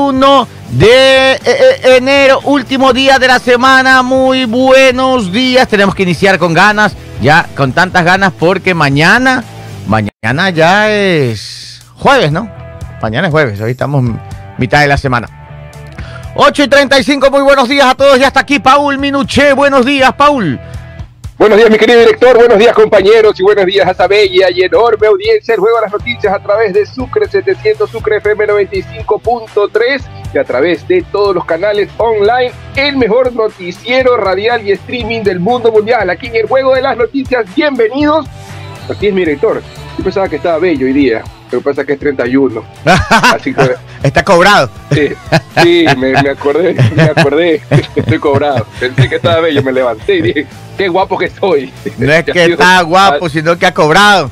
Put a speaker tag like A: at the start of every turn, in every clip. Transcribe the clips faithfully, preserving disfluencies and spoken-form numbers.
A: uno de enero, último día de la semana. Muy buenos días. Tenemos que iniciar con ganas, ya con tantas ganas, porque mañana, mañana ya es jueves, ¿no? Mañana es jueves, hoy estamos mitad de la semana. ocho y treinta y cinco, muy buenos días a todos. Ya está aquí Paul Minuché. Buenos días, Paul.
B: Buenos días, mi querido director, buenos días, compañeros, y buenos días a esa bella y enorme audiencia. El Juego de las Noticias a través de Sucre setecientos, Sucre F M noventa y cinco punto tres y a través de todos los canales online. El mejor noticiero radial y streaming del mundo mundial. Aquí en el Juego de las Noticias, bienvenidos. Así es, mi director. Yo pensaba que estaba bello hoy día, pero pasa que es treinta y uno. Así que...
A: Está cobrado.
B: Sí, sí me, me acordé, me acordé. Estoy cobrado. Pensé que estaba bello, me levanté y dije, qué guapo que soy.
A: No es que está guapo, sino que ha cobrado.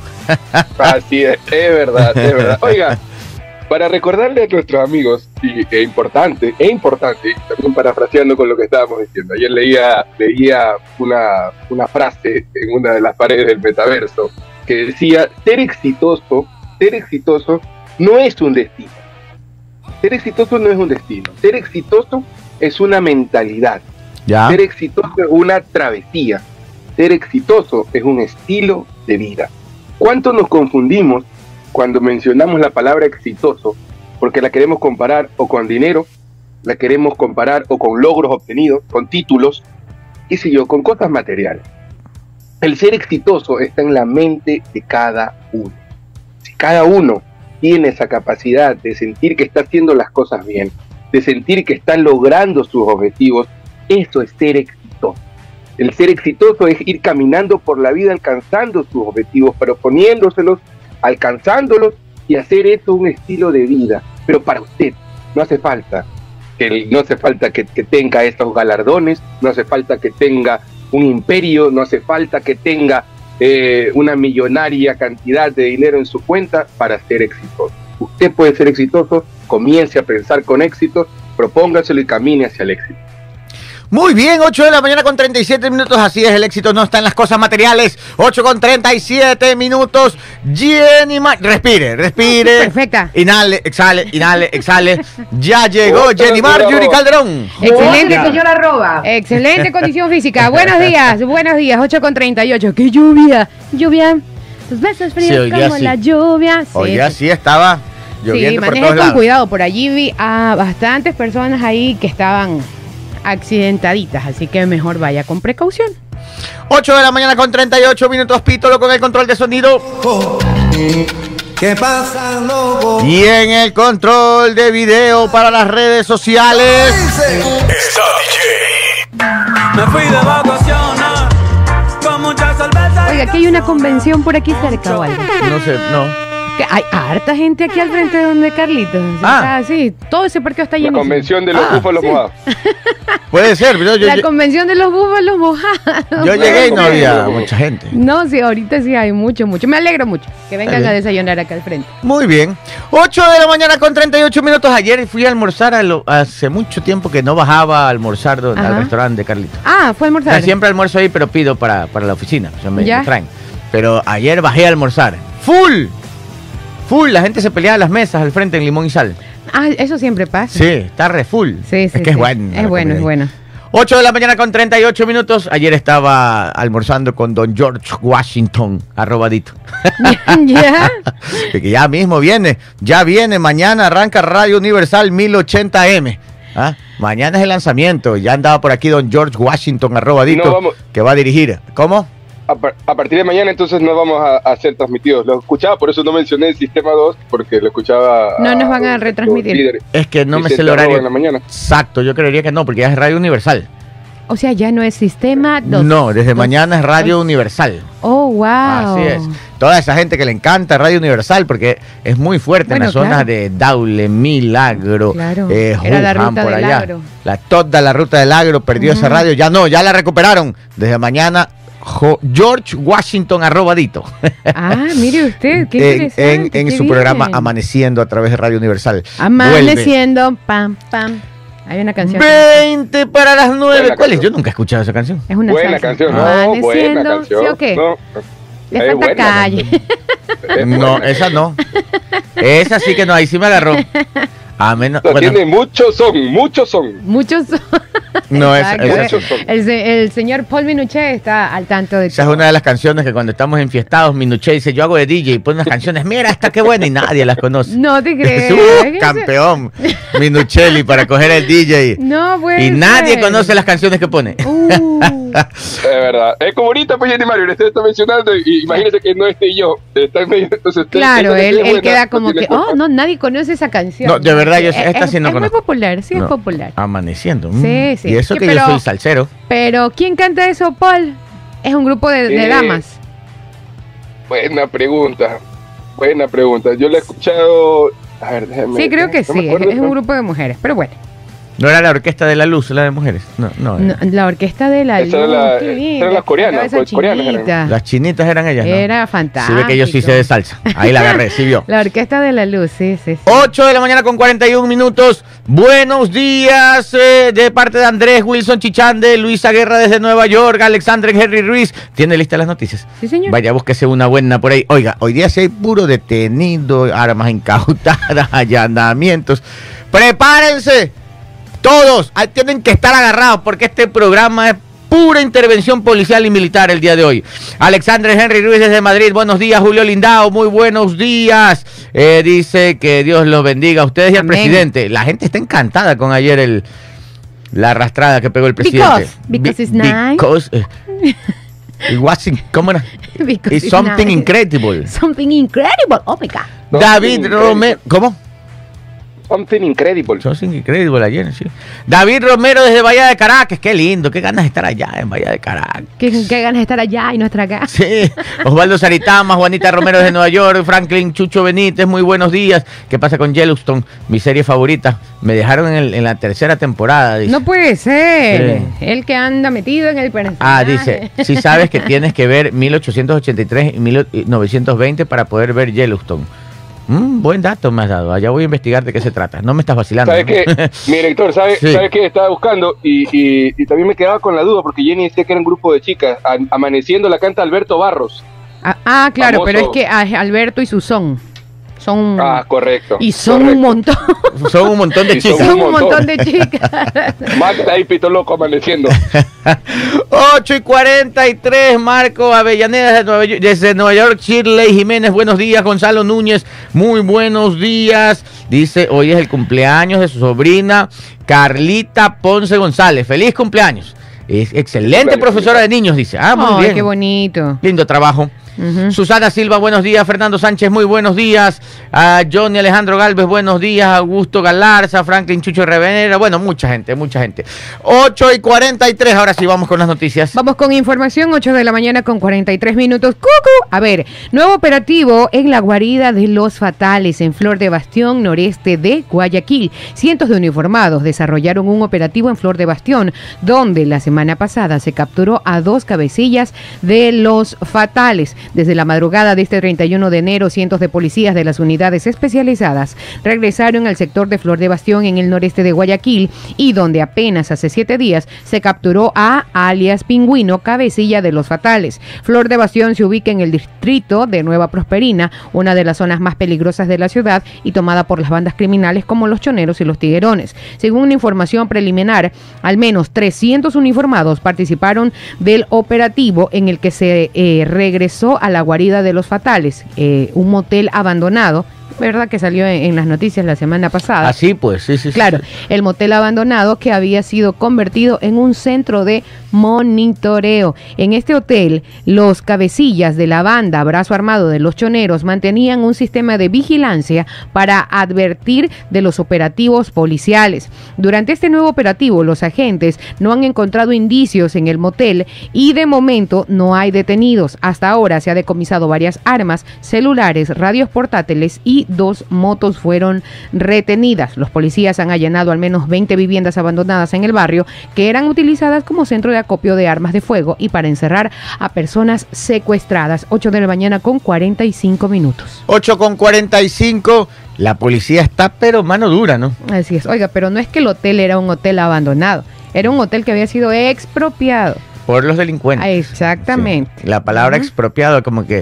B: Así es, es verdad, es verdad. Oiga, para recordarle a nuestros amigos, y es importante, es importante, también parafraseando con lo que estábamos diciendo. Ayer leía, leía una, una frase en una de las paredes del metaverso que decía, ser exitoso, ser exitoso no es un destino. Ser exitoso no es un destino. Ser exitoso es una mentalidad. ¿Ya? Ser exitoso es una travesía. Ser exitoso es un estilo de vida. ¿Cuánto nos confundimos cuando mencionamos la palabra exitoso? Porque la queremos comparar o con dinero, la queremos comparar o con logros obtenidos, con títulos, qué sé yo, con cosas materiales. El ser exitoso está en la mente de cada uno. Si cada uno tiene esa capacidad de sentir que está haciendo las cosas bien, de sentir que está logrando sus objetivos, eso es ser exitoso. El ser exitoso es ir caminando por la vida alcanzando sus objetivos, proponiéndoselos, alcanzándolos y hacer eso un estilo de vida. Pero para usted no hace falta que, no hace falta que, que tenga estos galardones, no hace falta que tenga un imperio, no hace falta que tenga eh, una millonaria cantidad de dinero en su cuenta para ser exitoso. Usted puede ser exitoso, comience a pensar con éxito, propóngaselo y camine hacia el éxito.
A: Muy bien, ocho de la mañana con treinta y siete minutos, así es, el éxito no está en las cosas materiales. Ocho con treinta y siete minutos. Jenny Mar... Respire, respire.
C: Perfecta.
A: Inhale, exhale, inhale, exhale. Ya llegó Jenny Marjorie Calderón.
C: Excelente, señora Arroba. Excelente condición física. Buenos días, buenos días. Ocho con treinta y ocho. ¡Qué lluvia! Lluvia. Tus besos fríos sí, como sí. La lluvia. Sí,
A: Hoy ya sí estaba lloviendo
C: sí,
A: por
C: maneje
A: todos
C: con
A: lados.
C: Cuidado, por allí vi a bastantes personas ahí que estaban accidentaditas, así que mejor vaya con precaución.
A: ocho de la mañana con treinta y ocho minutos, Pítolo con el control de sonido.
D: ¿Qué pasa, loco?
A: Y en el control de video para las redes sociales
D: está D J. Me fui de vacaciones con muchas cervezas.
C: Oiga, aquí hay una convención por aquí cerca o algo.
A: No sé, no.
C: Que hay harta gente aquí al frente de donde Carlitos.
A: Ah,
C: ah sí, todo ese parqueo está lleno.
B: La convención de los ah, búfalos sí. mojados.
A: Puede ser, pero yo...
C: La
A: yo,
C: convención de los búfalos mojados.
A: Yo llegué y no había mucha gente.
C: No, sí, ahorita sí hay mucho, mucho. Me alegro mucho que vengan a desayunar acá al frente.
A: Muy bien. ocho de la mañana con treinta y ocho minutos. Ayer fui a almorzar a lo, hace mucho tiempo que no bajaba a almorzar donde, al restaurante de Carlitos.
C: Ah, fue a almorzar.
A: O sea, siempre almuerzo ahí, pero pido para, para la oficina. O sea, me, me traen. Pero ayer bajé a almorzar. ¡Full! Full, la gente se peleaba en las mesas al frente en Limón y Sal.
C: Ah, eso siempre pasa.
A: Sí, está re full.
C: Sí, sí.
A: Es que
C: sí.
A: es bueno.
C: Es bueno, es bueno.
A: ocho de la mañana con treinta y ocho minutos. Ayer estaba almorzando con don George Washington, arrobadito.
C: ¿Ya?
A: Que ya mismo viene, ya viene, mañana arranca Radio Universal mil ochenta eme. ¿Ah? Mañana es el lanzamiento. Ya andaba por aquí don George Washington, arrobadito, no, que va a dirigir. ¿Cómo?
B: A, par a partir de mañana entonces no vamos a, a ser transmitidos. Lo escuchaba, por eso no mencioné el Sistema dos, porque lo escuchaba...
C: No nos van a, a retransmitir.
A: Es que no me sé el horario. En la mañana. Exacto, yo creería que no, porque ya es Radio Universal.
C: O sea, ya no es Sistema dos.
A: No, desde dos, mañana es Radio dos. Universal.
C: Oh, wow.
A: Así es. Toda esa gente que le encanta Radio Universal, porque es muy fuerte bueno, en las claro. zonas de Daule, Milagro,
C: claro.
A: eh,
C: Era la ruta
A: por
C: del
A: allá.
C: agro.
A: La, toda la ruta del agro perdió uh -huh. esa radio. Ya no, ya la recuperaron. Desde mañana... George Washington arrobadito.
C: Ah, mire usted, qué interesante.
A: En, en, en su
C: bien.
A: programa Amaneciendo a través de Radio Universal.
C: Amaneciendo, Vuelve. pam, pam. Hay una canción.
A: veinte para las nueve. ¿Cuál es? Yo nunca he escuchado esa canción.
C: Es una
B: buena salsa. canción, no,
C: Amaneciendo,
B: buena canción.
C: ¿Sí o qué?
B: No,
C: Le falta calle.
A: No, esa no. Esa sí que no, ahí sí me agarró. A menos,
B: no,
A: bueno,
B: tiene muchos son, muchos son.
C: Muchos son.
A: No, es,
B: es,
C: es, el, el señor Paul Minuchet está al tanto de
A: esa todo. Es una de las canciones que cuando estamos enfiestados, Minuchet dice, yo hago de D J y pone unas canciones, mira, esta qué buena, y nadie las conoce.
C: No te crees.
A: Es un campeón, Minuchelli, para coger el D J.
C: No, puede
A: Y nadie
C: ser.
A: conoce las canciones que pone.
C: Uh.
B: Es verdad. Es como ahorita, pues, Jenny Mario, le está mencionando y imagínese que no esté yo. Está en medio, entonces,
C: claro, él, él
B: buena,
C: queda como
B: no
C: que,
B: culpa.
C: oh, no, nadie conoce esa canción.
A: No, de verdad, yo
C: es,
A: esta
C: es,
A: sí no
C: es
A: conozco.
C: muy popular, sí
A: No.
C: es popular.
A: Amaneciendo. Mm.
C: Sí, sí.
A: Y eso
C: Sí,
A: que
C: pero-
A: yo soy salsero.
C: Pero, ¿quién canta eso, Paul? Es un grupo de, de
B: Eh,
C: damas.
B: Buena pregunta. Buena pregunta. Yo la he escuchado. A ver, déjame.
C: Sí, creo que
B: no me
C: sí, es,
B: acuerdo,
C: es un
B: pero-
C: grupo de mujeres, pero bueno.
A: ¿No era la Orquesta de la Luz, la de mujeres? No, no.
C: No, la orquesta de la
B: Esa era
C: luz,
B: la-
C: qué
B: esa
C: linda,
B: eran las coreanas,
C: esa
B: pues, coreanas eran.
C: chinita.
A: Las chinitas eran ellas, ¿no?
C: Era
A: Sí
C: fantástico.
A: ve que yo sí sé de salsa. Ahí la agarré, sí vio.
C: La orquesta de la luz, sí, sí, sí.
A: ocho de la mañana con cuarenta y un minutos. Buenos días eh, de parte de Andrés Wilson Chichande, Luisa Guerra desde Nueva York, Alexandre Henry Ruiz. ¿Tiene lista las noticias?
C: Sí, señor.
A: Vaya, búsquese una buena por ahí. Oiga, hoy día sí hay puro detenido, armas incautadas, allanamientos. ¡Prepárense! Todos ahí tienen que estar agarrados porque este programa es pura intervención policial y militar el día de hoy. Alexandre Henry Ruiz desde Madrid, buenos días. Julio Lindao, muy buenos días. Eh, dice que Dios los bendiga a ustedes y al
C: Amén.
A: presidente. La gente está encantada con ayer el la arrastrada que pegó el presidente.
C: Because, because
A: Be-
C: it's nice.
A: Because, eh, it wasn't, ¿cómo era?
C: Because
A: It's
C: it's
A: something
C: nice.
A: incredible.
C: Something incredible. Oh my God.
B: No,
A: David
B: sí,
A: Romero, ¿cómo?
B: Something incredible.
A: Something incredible ayer, sí. David Romero desde Bahía de Caracas, qué lindo, qué ganas de estar allá en Bahía de Caracas.
C: Qué, qué ganas de estar allá y no estar acá.
A: Sí, Osvaldo Saritama, Juanita Romero desde Nueva York, Franklin Chucho Benítez, muy buenos días. ¿Qué pasa con Yellowstone? Mi serie favorita. Me dejaron en, el- en la tercera temporada, dice.
C: No puede ser.
A: Sí.
C: El que anda metido en el personaje.
A: Ah, dice, si sabes que tienes que ver mil ochocientos ochenta y tres y mil novecientos veinte para poder ver Yellowstone. Mm, buen dato me has dado. Allá voy a investigar de qué se trata. No me estás vacilando.
B: ¿Sabes
A: ¿no?
B: qué? Mi director, ¿sabe,
A: Sí.
B: ¿sabe qué? Estaba buscando y, y, y también me quedaba con la duda porque Jenny decía que era un grupo de chicas. A- Amaneciendo la canta Alberto Barros.
C: Ah, ah, claro,
B: Famoso.
C: pero es que ah, Alberto y su son. Son.
B: Ah, correcto.
C: y son
B: correcto.
C: un montón.
A: Son un montón de
B: Y son
A: chicas.
C: Son un
B: un
C: montón
B: montón.
C: de chicas.
B: Magda y Pito Loco amaneciendo.
A: ocho y cuarenta y tres, Marco Avellaneda desde Nueva, York, desde Nueva York, Shirley Jiménez, buenos días. Gonzalo Núñez, muy buenos días. Dice, hoy es el cumpleaños de su sobrina Carlita Ponce González. Feliz cumpleaños. Es excelente
B: Cumpleaños,
A: profesora de niños, dice. Ah, muy
C: Ay,
A: bien.
C: qué bonito.
A: Lindo trabajo.
C: Ujú.
A: Susana Silva, buenos días. Fernando Sánchez, muy buenos días. A Johnny Alejandro Galvez, buenos días. Augusto Galarza, Franklin Chucho Revenera. Bueno, mucha gente, mucha gente. ocho y cuarenta y tres, ahora sí vamos con las noticias.
C: Vamos con información, ocho de la mañana con cuarenta y tres minutos. ¡Cucu! A ver, nuevo operativo en la guarida de Los Fatales, en Flor de Bastión, noreste de Guayaquil. Cientos de uniformados desarrollaron un operativo en Flor de Bastión, donde la semana pasada se capturó a dos cabecillas de Los Fatales. Desde la madrugada de este treinta y uno de enero, cientos de policías de las unidades especializadas regresaron al sector de Flor de Bastión en el noreste de Guayaquil y donde apenas hace siete días se capturó a alias Pingüino, cabecilla de Los Fatales. Flor de Bastión se ubica en el distrito de Nueva Prosperina, una de las zonas más peligrosas de la ciudad y tomada por las bandas criminales como los choneros y los tiguerones. Según una información preliminar, al menos trescientos uniformados participaron del operativo en el que se eh, regresó a la guarida de Los Fatales, eh, un motel abandonado, ¿verdad? Que salió en, en las noticias la semana pasada.
A: Así pues, sí, sí. sí.
C: Claro, el motel abandonado que había sido convertido en un centro de monitoreo. En este hotel, los cabecillas de la banda Brazo Armado de los Choneros mantenían un sistema de vigilancia para advertir de los operativos policiales. Durante este nuevo operativo, los agentes no han encontrado indicios en el motel y de momento no hay detenidos. Hasta ahora se ha decomisado varias armas, celulares, radios portátiles y dos motos fueron retenidas. Los policías han allanado al menos veinte viviendas abandonadas en el barrio que eran utilizadas como centro de acopio de armas de fuego y para encerrar a personas secuestradas. ocho de la mañana con cuarenta y cinco minutos.
A: ocho con cuarenta y cinco, la policía está pero mano dura, ¿no?
C: Así es. Oiga, pero no es que el hotel era un hotel abandonado, era un hotel que había sido expropiado.
A: Por los delincuentes.
C: Ah, exactamente.
A: Sí. La palabra
C: Ujú.
A: expropiado como que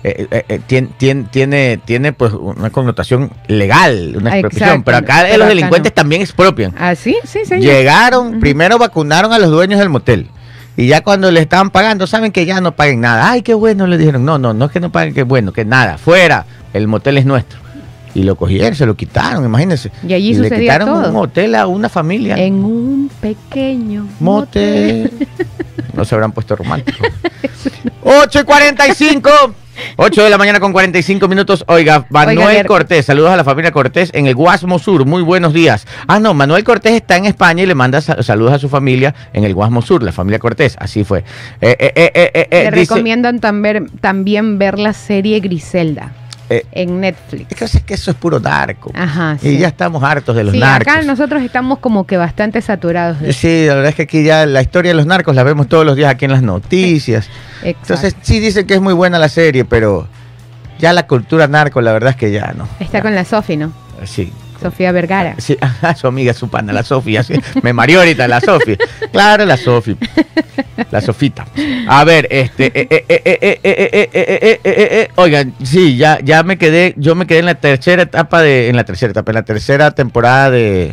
A: eh, eh, eh, tiene, tiene, tiene, tiene pues una connotación legal, una expropiación,
C: Exacto,
A: pero acá
C: pero
A: los
C: acá
A: delincuentes
C: no.
A: también expropian.
C: ¿Ah, sí? Sí, señor.
A: Llegaron,
C: Ujú.
A: primero vacunaron a los dueños del motel. Y ya cuando le estaban pagando, saben que ya no paguen nada. Ay, qué bueno, le dijeron. No, no, no es que no paguen, qué bueno, que nada. Fuera, el motel es nuestro. Y lo cogieron, se lo quitaron, imagínense.
C: Y allí
A: le
C: sucedía
A: quitaron
C: todo.
A: un hotel a una familia.
C: En un pequeño
A: Motel. No se habrán puesto románticos. ocho y cuarenta y cinco. ocho de la mañana con cuarenta y cinco minutos. Oiga, Manuel
C: Oiga, Ger-
A: Cortés, saludos a la familia Cortés en el Guasmo Sur. Muy buenos días. Ah, no, Manuel Cortés está en España y le manda sa- saludos a su familia en el Guasmo Sur, la familia Cortés. Así fue. Eh, eh, eh, eh, eh,
C: Le
A: dice-
C: recomiendan también, también ver la serie Griselda
A: Eh,
C: en Netflix.
A: es que, es que eso es puro narco.
C: Ajá,
A: Y
C: sí.
A: ya estamos hartos de los
C: Sí,
A: narcos.
C: acá nosotros estamos como que bastante saturados de eso.
A: Sí, la verdad es que aquí ya la historia de los narcos la vemos todos los días aquí en las noticias.
C: Exacto.
A: Entonces sí dicen que es muy buena la serie, pero ya la cultura narco la verdad es que ya no.
C: Está
A: Ya.
C: con la Sofi, ¿no?
A: Sí.
C: Sofía Vergara.
A: Sí, ajá, su amiga, su pana, la Sofía. Sí. Me mareó ahorita la Sofía. Claro, la Sofía. La Sofita. A ver, este. eh, eh, eh, eh, eh, eh, eh, eh, eh, eh, eh, eh, oigan, sí, ya, ya me quedé. Yo me quedé en la tercera etapa de. En la tercera etapa, en la tercera temporada de.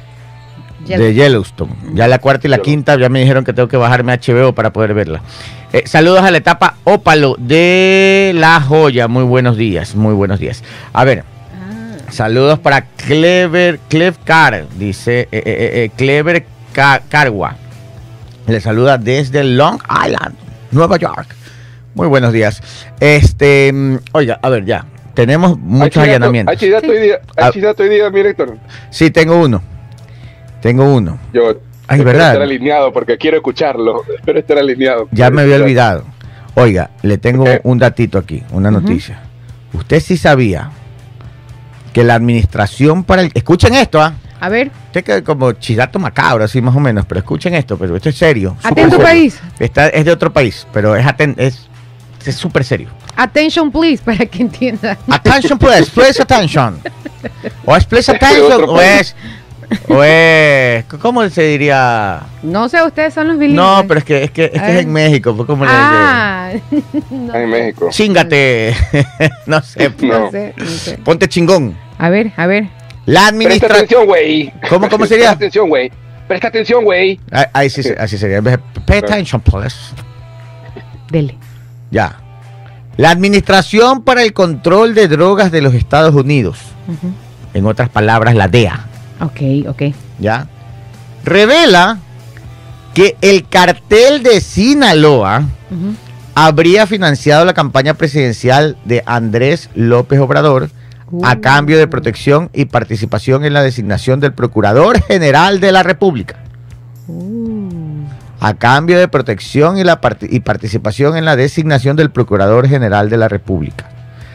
A: De Yellowstone. Ya la cuarta y la quinta ya me dijeron que tengo que bajarme a H B O para poder verla. Eh, saludos a la etapa Ópalo de La Joya. Muy buenos días, muy buenos días. A ver. Saludos para Clever, Clev Car, dice eh, eh, eh, Clever Ca- Carwa. Le saluda desde Long Island, Nueva York. Muy buenos días. Este, mm, oiga, a ver, ya. Tenemos muchos allanamientos.
B: Hay dato hoy día,
A: Ah.
B: hay dato hoy día, mi director.
A: Sí, tengo uno. Tengo uno.
B: Yo
A: Ay,
B: espero
A: ¿verdad?
B: estar alineado porque quiero escucharlo. Espero estar alineado.
A: Ya me había olvidado. Oiga, le tengo
B: Ok.
A: un datito aquí, una
C: Ujú.
A: noticia. Usted sí sabía que la administración para el... Escuchen esto, ¿ah?
C: A ver,
A: Usted que como chidato macabro, así más o menos, pero escuchen esto, pero esto es serio. súper
C: atento
A: serio.
C: país.
A: Está, es de otro país, pero es aten- es es súper serio.
C: Attention, please, para que entiendan.
A: Attention, please, please attention. O es please
B: Es de
A: attention,
B: otro
A: o
B: país.
A: es, o es, ¿cómo se diría?
C: No sé, ustedes son los bilingües.
A: No, pero es que es que, es, que
C: A
A: es
C: ver.
A: en México, pues, ¿cómo le
C: Ah, no,
B: En México.
A: Chíngate, no sé,
C: no
B: No.
C: sé, no sé.
A: ponte chingón.
C: A ver, a ver.
A: La
B: Presta
A: administración...
B: atención, güey.
A: ¿Cómo- cómo sería?
B: Presta atención, güey. Presta atención, güey.
A: Ahí sí, se- así sería. En vez de, pay attention, please.
C: Dele.
A: Ya. La Administración para el Control de Drogas de los Estados Unidos,
C: Ujú.
A: en otras palabras, la D E A,
C: Ok, ok.
A: ¿ya? Revela que el cartel de Sinaloa
C: Ujú.
A: habría financiado la campaña presidencial de Andrés López Obrador a
C: Uh.
A: cambio de protección y participación en la designación del Procurador General de la República.
C: Uh.
A: A cambio de protección y, la part- y participación en la designación del Procurador General de la República.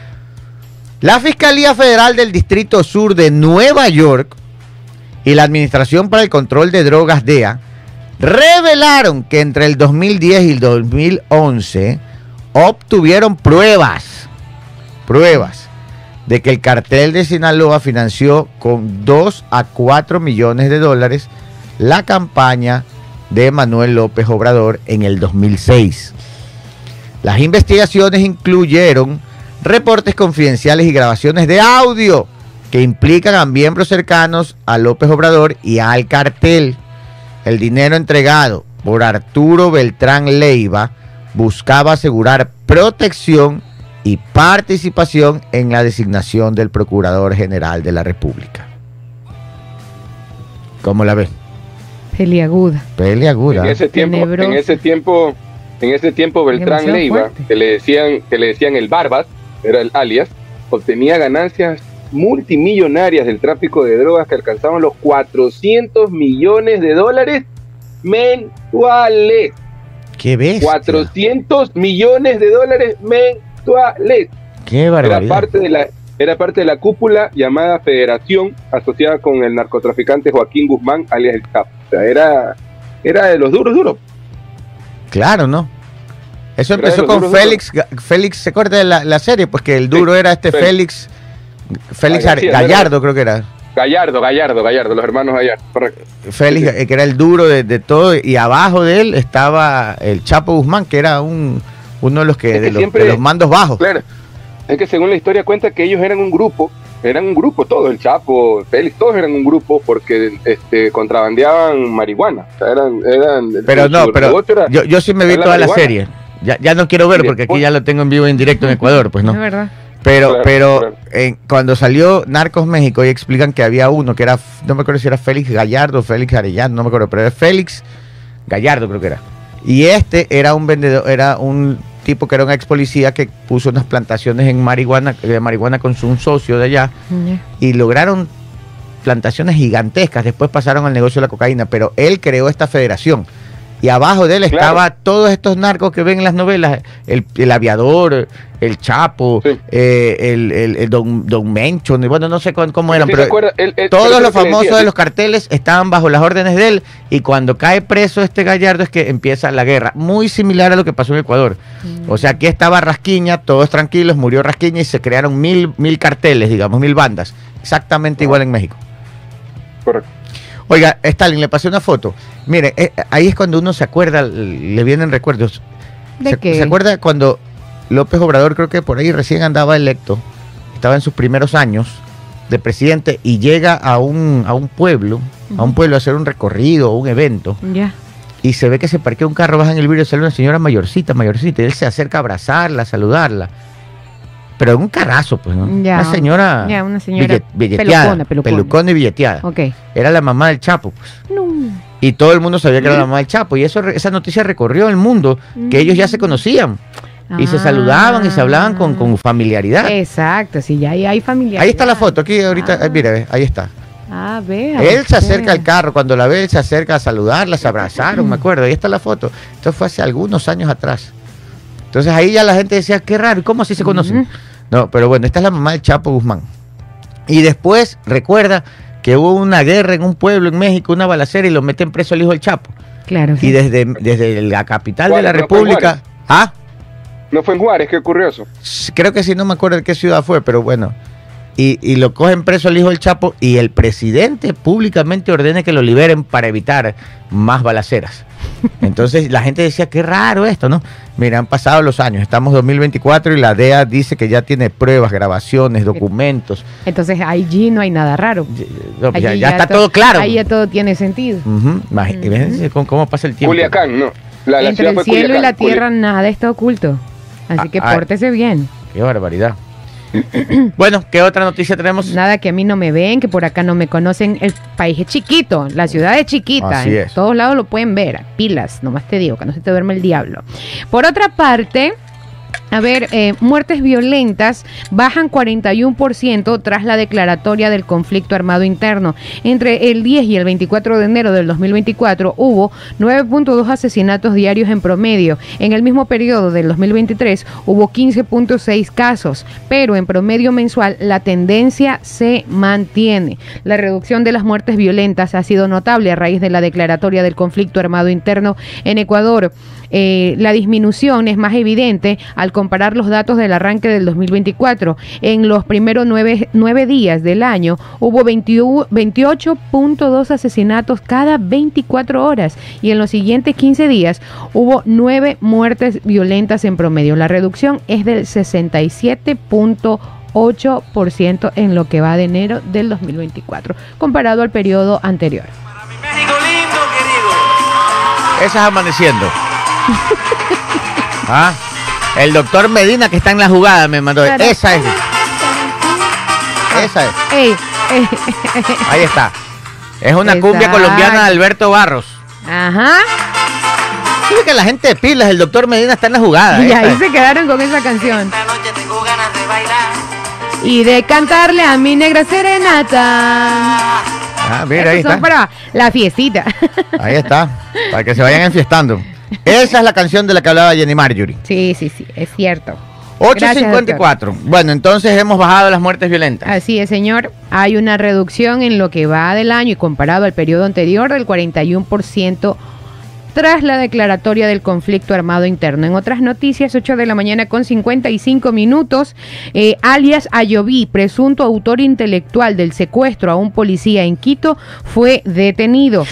A: La Fiscalía Federal del Distrito Sur de Nueva York y la Administración para el Control de Drogas D E A revelaron que entre el dos mil diez y el dos mil once obtuvieron pruebas, pruebas de que el cartel de Sinaloa financió con dos a cuatro millones de dólares la campaña de Manuel López Obrador en el dos mil seis. Las investigaciones incluyeron reportes confidenciales y grabaciones de audio que implican a miembros cercanos a López Obrador y al cartel. El dinero entregado por Arturo Beltrán Leiva buscaba asegurar protección y participación en la designación del Procurador General de la República. ¿Cómo la ves?
C: Peliaguda.
A: Pelea aguda.
B: En ese tiempo,
C: Tenebroso.
B: en ese tiempo, en ese tiempo Beltrán
C: Demasiado
B: Leiva,
C: fuerte.
B: que le decían, que le decían el Barbas, era el alias, obtenía ganancias multimillonarias del tráfico de drogas que alcanzaban los cuatrocientos millones de dólares mensuales.
A: ¡Qué bestia!
B: cuatrocientos millones de dólares mensuales.
A: ¡Qué
B: Era
A: barbaridad!
B: parte de la era parte de la cúpula llamada Federación, asociada con el narcotraficante Joaquín Guzmán, alias el Chapo. O sea, era, era de los duros, duros.
A: Claro, ¿no? Eso
B: Era
A: empezó
B: de los
A: con
B: duros,
A: Félix. Ga- Félix, ¿se acuerda de la, la serie? Pues que el duro
B: Sí,
A: era este
B: Félix.
A: Félix. Félix
B: Ah,
A: Ar-
B: García,
A: Gallardo, creo que era.
B: Gallardo, Gallardo, Gallardo, los hermanos Gallardo, correcto.
A: Félix,
B: Sí, sí.
A: eh, que era el duro de, de todo. Y abajo de él estaba el Chapo Guzmán, que era un uno de los que,
B: Es que
A: de, los,
B: siempre-
A: de los mandos bajos.
B: Claro, Es que según la historia cuenta que ellos eran un grupo, eran un grupo todo, el Chapo, Félix, todos eran un grupo porque este, contrabandeaban marihuana. O sea, eran, eran,
A: pero no, pero
B: era,
A: yo, yo sí me vi toda la, la serie. Ya, ya no quiero ver porque aquí ya lo tengo en vivo y en directo en Ecuador, pues no.
C: Es verdad.
A: Pero,
B: claro,
A: pero
B: claro.
A: Eh, cuando salió Narcos México y explican que había uno que era, no me acuerdo si era Félix Gallardo o Félix Arellano, no me acuerdo, pero era Félix Gallardo creo que era. Y este era un vendedor, era un tipo que era un ex policía que puso unas plantaciones en marihuana, de marihuana con su un socio de allá, yeah. y lograron plantaciones gigantescas. Después pasaron al negocio de la cocaína, pero él creó esta federación. Y abajo de él claro. estaba todos estos narcos que ven en las novelas, el, el aviador, el Chapo, sí. eh, el, el, el Don, Don Mencho, bueno, no sé cómo, cómo eran, sí, pero acuerda, el, el, todos pero los famosos decía, de los carteles estaban bajo las órdenes de él, y cuando cae preso este Gallardo es que empieza la guerra, muy similar a lo que pasó en Ecuador. Mm. O sea, aquí estaba Rasquiña, todos tranquilos, murió Rasquiña y se crearon mil, mil carteles, digamos, mil bandas, exactamente igual en México.
B: Correcto.
A: Oiga, Stalin, le pasé una foto. Mire, eh, ahí es cuando uno se acuerda, le vienen recuerdos.
C: ¿De
A: se,
C: qué?
A: ¿Se acuerda cuando López Obrador, creo que por ahí recién andaba electo, estaba en sus primeros años de presidente y llega a un, a un pueblo, uh-huh. a un pueblo a hacer un recorrido, un evento,
C: ya, yeah.
A: y se ve que se parquea un carro, baja en el vidrio, sale una señora mayorcita, mayorcita, y él se acerca a abrazarla, a saludarla. Pero un carrazo, pues, ¿no?
C: Ya,
A: una señora,
C: ya, una señora
A: billet, billeteada, pelucona, pelucona. pelucona y billeteada.
C: Okay.
A: Era la mamá del Chapo, pues.
C: No.
A: Y todo el mundo sabía que era la mamá del Chapo. Y eso, esa noticia recorrió el mundo, que mm. ellos ya se conocían. Ah. Y se saludaban y se hablaban con, con familiaridad.
C: Exacto, sí, ya hay familiaridad.
A: Ahí está la foto, aquí ahorita, ah. mire, ahí está.
C: Ah, vea.
A: Él se acerca al carro, cuando la ve, él se acerca a saludarla, se abrazaron, mm. me acuerdo. Ahí está la foto. Esto fue hace algunos años atrás. Entonces ahí ya la gente decía, qué raro, ¿cómo así se conocen? Mm. No, pero bueno, esta es la mamá del Chapo Guzmán. Y después, recuerda que hubo una guerra en un pueblo en México, una balacera, y lo meten preso al hijo del Chapo.
C: Claro.
A: Sí. Y desde, desde la capital Juárez, de la República... ¿Ah?
B: ¿No fue en Juárez? ¿Qué ocurrió eso?
A: Creo que sí, no me acuerdo de qué ciudad fue, pero bueno. Y, y lo cogen preso al hijo del Chapo, y el presidente públicamente ordena que lo liberen para evitar más balaceras. Entonces la gente decía, qué raro esto, ¿no? Mira, han pasado los años, estamos en dos mil veinticuatro y la D E A dice que ya tiene pruebas, grabaciones, documentos.
C: Entonces allí no hay nada raro.
A: No, ya, ya, ya está todo, todo claro.
C: Ahí ya todo tiene sentido.
A: Uh-huh. Imagínense uh-huh. cómo pasa el tiempo.
B: Culiacán, ¿no? La, la
C: Entre el cielo
B: Culiacán,
C: y la tierra
B: Culiacán.
C: Nada está oculto. Así ah, que ah, pórtese bien.
A: Qué barbaridad. Bueno, ¿qué otra noticia tenemos?
C: Nada, que a mí no me ven, que por acá no me conocen. El país es chiquito, la ciudad es chiquita.
A: Así
C: en
A: es.
C: todos lados lo pueden ver. Pilas, nomás te digo, que no se te duerme el diablo. Por otra parte, a ver, eh, muertes violentas bajan cuarenta y uno por ciento tras la declaratoria del conflicto armado interno. Entre el diez y el veinticuatro de enero del dos mil veinticuatro hubo nueve punto dos asesinatos diarios en promedio. En el mismo periodo del dos mil veintitrés hubo quince punto seis casos, pero en promedio mensual la tendencia se mantiene. La reducción de las muertes violentas ha sido notable a raíz de la declaratoria del conflicto armado interno en Ecuador. Eh, la disminución es más evidente al comparar los datos del arranque del dos mil veinticuatro. En los primeros nueve, nueve días del año hubo veintiocho punto dos asesinatos cada veinticuatro horas y en los siguientes quince días hubo nueve muertes violentas en promedio. La reducción es del sesenta y siete punto ocho por ciento en lo que va de enero del dos mil veinticuatro comparado al periodo anterior.
D: Para mi México lindo, querido.
A: Esa es Amaneciendo. ¿Ah? El doctor Medina, que está en la jugada, me mandó. Esa es. Esa es.
C: Ey, ey,
A: ahí está. Es una
C: Exacto.
A: cumbia colombiana de Alberto Barros.
C: Ajá.
A: Fíjate que la gente de pilas, el doctor Medina está en la jugada.
C: Y
A: esa
C: ahí
A: es.
C: se quedaron con esa canción.
D: Esta noche tengo ganas de bailar.
C: Y de cantarle a mi negra serenata.
A: Ah, mira, ahí
C: Estos son
A: está.
C: para la fiestita.
A: Ahí está. Para que se vayan enfiestando. Esa es la canción de la que hablaba Jenny Marjorie.
C: Sí, sí, sí, es cierto.
A: ocho cincuenta y cuatro. Bueno, entonces hemos bajado las muertes violentas.
C: Así es, señor. Hay una reducción en lo que va del año y comparado al periodo anterior del cuarenta y uno por ciento tras la declaratoria del conflicto armado interno. En otras noticias, ocho de la mañana con cincuenta y cinco minutos, eh, alias Ayoví, presunto autor intelectual del secuestro a un policía en Quito, fue detenido.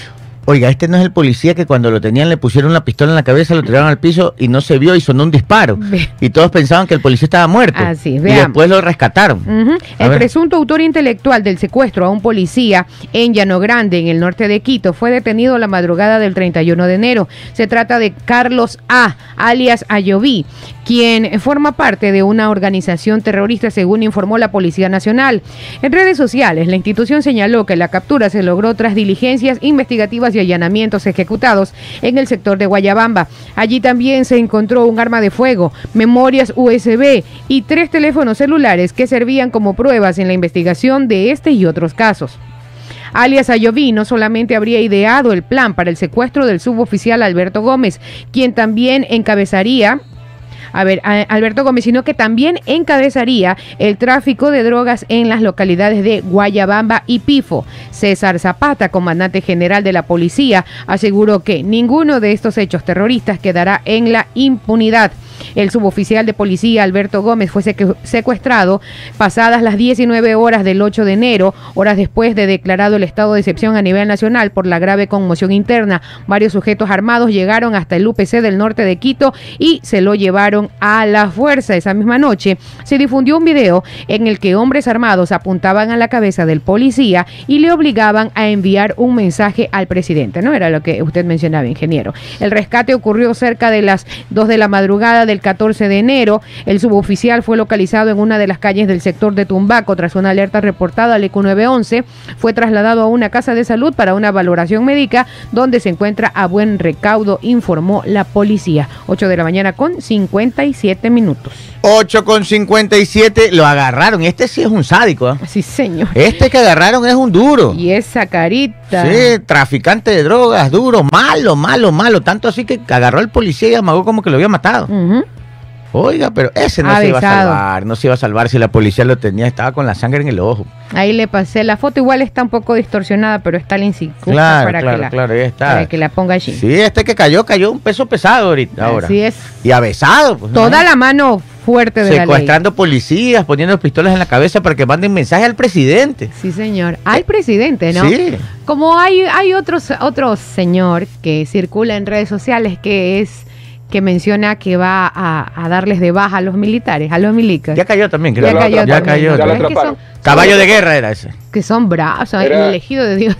A: Oiga, este no es el policía que cuando lo tenían le pusieron la pistola en la cabeza, lo tiraron al piso y no se vio y sonó un disparo.
C: Ve.
A: Y todos pensaban que el policía estaba muerto.
C: Así,
A: y
C: veamos.
A: después lo rescataron.
C: Uh-huh.
A: A
C: El
A: ver.
C: presunto autor intelectual del secuestro a un policía en Llano Grande, en el norte de Quito, fue detenido la madrugada del treinta y uno de enero. Se trata de Carlos A., alias Ayoví, quien forma parte de una organización terrorista, según informó la Policía Nacional. En redes sociales, la institución señaló que la captura se logró tras diligencias investigativas y allanamientos ejecutados en el sector de Guayabamba. Allí también se encontró un arma de fuego, memorias U S B y tres teléfonos celulares que servían como pruebas en la investigación de este y otros casos. Alias Ayoví no solamente habría ideado el plan para el secuestro del suboficial Alberto Gómez, quien también encabezaría A ver, a Alberto Gómez, sino que también encabezaría el tráfico de drogas en las localidades de Guayabamba y Pifo. César Zapata, comandante general de la policía, aseguró que ninguno de estos hechos terroristas quedará en la impunidad. El suboficial de policía Alberto Gómez fue secuestrado pasadas las diecinueve horas del ocho de enero, horas después de declarado el estado de excepción a nivel nacional por la grave conmoción interna. Varios sujetos armados llegaron hasta el U P C del norte de Quito y se lo llevaron a la fuerza. Esa misma noche se difundió un video en el que hombres armados apuntaban a la cabeza del policía y le obligaban a enviar un mensaje al presidente. No era lo que usted mencionaba, ingeniero. El rescate ocurrió cerca de las dos de la madrugada del catorce de enero. El suboficial fue localizado en una de las calles del sector de Tumbaco. Tras una alerta reportada al E Q nueve once, fue trasladado a una casa de salud para una valoración médica donde se encuentra a buen recaudo, informó la policía. ocho de la mañana con cincuenta y siete minutos.
A: ocho con cincuenta y siete, lo agarraron. Este sí es un sádico, ¿eh?
C: Sí, señor.
A: Este que agarraron es un duro.
C: Y esa carita.
A: Sí, traficante de drogas, duro, malo, malo, malo. Tanto así que agarró al policía y amagó como que lo había matado.
C: Uh-huh.
A: Oiga, pero ese no se iba a salvar, no se iba a salvar si la policía lo tenía, estaba con la sangre en el ojo.
C: Ahí le pasé la foto, igual está un poco distorsionada, pero está la insignia
A: claro,
C: para,
A: claro,
C: que la,
A: claro, ahí está.
C: para que la ponga allí.
A: Sí, este que cayó, cayó un peso pesado ahorita, ahora.
C: Así es.
A: Y avesado. Pues,
C: Toda
A: ¿no?
C: la mano fuerte de la ley.
A: Secuestrando policías, poniendo pistolas en la cabeza para que manden mensaje al presidente.
C: Sí, señor. Al presidente, ¿no?
A: Sí.
C: Como hay, hay otros, otro señor que circula en redes sociales que es... que menciona que va a, a darles de baja a los militares, a los milicas.
A: Ya cayó también,
C: Ya
A: creo.
C: cayó
A: Ya
C: también,
A: cayó.
C: ¿no?
B: Ya lo
C: Es que
B: atraparon.
C: son-
A: Caballo de guerra era ese.
C: Que son bravos, son
B: Era-
C: el elegido de Dios.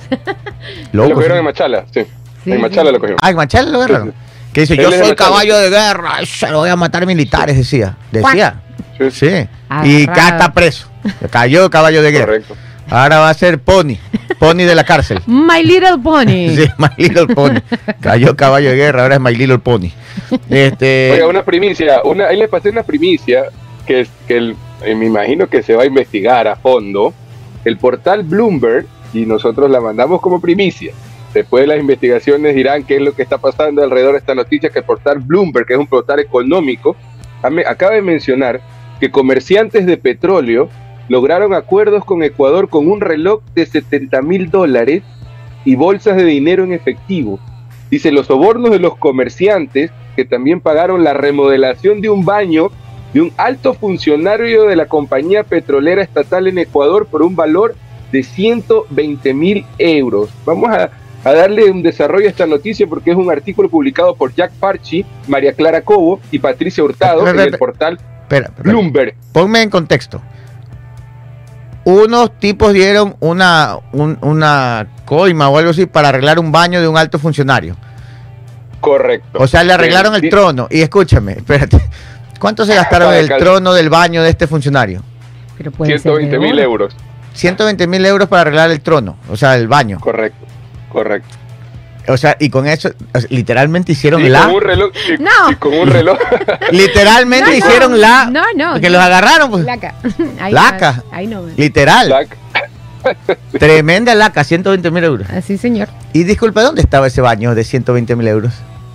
B: Lo
A: Loco.
B: cogieron en Machala, sí.
C: Sí,
B: en Machala
C: sí.
B: lo cogieron.
A: Ah, en Machala lo agarraron.
B: Sí,
A: Que dice,
B: Él
A: yo
B: es de
A: soy
B: Machala.
A: caballo de guerra, se lo voy a matar militares, decía. Decía.
B: Sí,
A: Sí.
C: Agarrado.
A: Y ya está preso. Cayó caballo de guerra.
B: correcto.
A: Ahora va a ser Pony. Pony de la cárcel.
C: My Little Pony.
A: Sí, My Little Pony. Cayó caballo de guerra, ahora es My Little Pony. Este.
B: Oiga, una primicia, una, ahí le pasé una primicia que, es, que el, eh, me imagino que se va a investigar a fondo. El portal Bloomberg, y nosotros la mandamos como primicia. Después de las investigaciones dirán qué es lo que está pasando alrededor de esta noticia, que el portal Bloomberg, que es un portal económico, acaba de mencionar que comerciantes de petróleo lograron acuerdos con Ecuador con un reloj de setenta mil dólares y bolsas de dinero en efectivo. Dice, los sobornos de los comerciantes que también pagaron la remodelación de un baño de un alto funcionario de la compañía petrolera estatal en Ecuador por un valor de ciento veinte mil euros. Vamos a, a darle un desarrollo a esta noticia porque es un artículo publicado por Jack Parchi, María Clara Cobo y Patricia Hurtado en el portal
A: Espera, espera.
B: Bloomberg.
A: Ponme en contexto. Unos tipos dieron una, un- una coima o algo así para arreglar un baño de un alto funcionario.
B: Correcto.
A: O sea, le arreglaron
B: Sí,
A: el
B: sí.
A: trono. Y escúchame, espérate. ¿Cuánto se gastaron en el
B: Cada-
A: trono del baño de este funcionario?
C: Pero puede ser
B: ciento veinte
C: de
B: mil
C: oro.
B: euros.
A: ciento veinte mil euros para arreglar el trono, o sea, el baño.
B: Correcto. Correcto.
A: O sea, y con eso, o sea, literalmente hicieron
B: Y
A: la.
B: con un reloj. Y,
C: No.
B: y con un reloj.
A: Literalmente
C: No, no,
A: hicieron la.
C: no, no,
A: Que
C: no.
A: los agarraron, pues.
C: Laca. Ahí
A: Laca.
C: no, ahí no.
A: Literal.
B: Jack.
A: Tremenda laca, ciento veinte mil euros.
C: Así, señor.
A: Y disculpa, ¿dónde estaba ese baño de ciento veinte mil euros?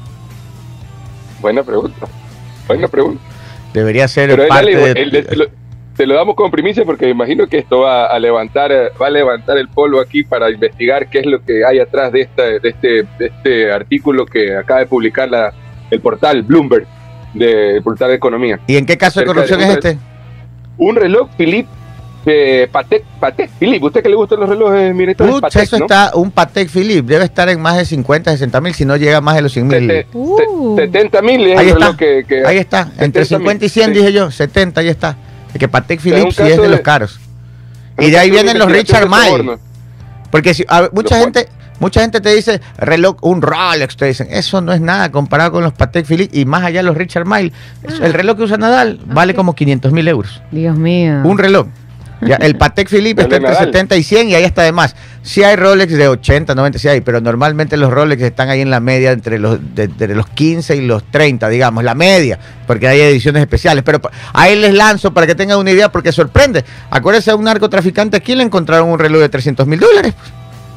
B: Buena pregunta. Buena pregunta.
A: Debería ser
B: Pero él,
A: parte
B: dale,
A: de.
B: él- él- te, lo, te lo damos como primicia porque me imagino que esto va a levantar eh, va a levantar el polvo aquí para investigar qué es lo que hay atrás de, esta, de, este, de este artículo que acaba de publicar la, el portal Bloomberg, de, el portal de economía.
A: ¿Y en qué caso de
B: Cerca
A: corrupción
B: de
A: es
B: un-
A: este?
B: Un reloj Philippe Eh, Patek, Patek Philippe, ¿usted que le gustan los relojes? Mire, esto es
A: Pucha,
B: Patek,
A: eso
B: ¿no?
A: está, un Patek Philippe, debe estar en más de cincuenta, sesenta mil, si no llega a más de los cien mil.
B: Sete-
C: Uh.
B: se- setenta mil es
A: Ahí
B: el
A: está,
B: reloj que, que-
A: ahí está, entre
B: setenta mil,
A: cincuenta y cien
B: sí.
A: dije yo, setenta, ahí está. Es que Patek
B: Es un
A: Philippe sí es
B: caso
A: de
B: de-
A: los caros.
B: es
A: Y
B: un
A: de ahí
B: caso de
A: vienen los
B: investigación
A: Richard
B: de
A: Mille.
B: soborno.
A: Porque si, a ver, mucha
B: Lo
A: gente, mucha gente te dice reloj, un Rolex, te dicen, eso no es nada comparado con los Patek Philippe y más allá los Richard Mille.
C: Ah.
A: El reloj que usa Nadal vale
C: Ok.
A: como quinientos mil euros.
C: Dios mío.
A: Un reloj. Ya, el Patek Philippe
B: El
A: está
B: de
A: entre
B: Nadal.
A: setenta y cien y ahí está de más. Sí hay Rolex de ochenta, noventa, sí hay, pero normalmente los Rolex están ahí en la media entre los, de, entre los quince y los treinta, digamos, la media, porque hay ediciones especiales. Pero pa- ahí les lanzo para que tengan una idea, porque sorprende. Acuérdense, a un narcotraficante aquí le encontraron un reloj de trescientos mil dólares. pues.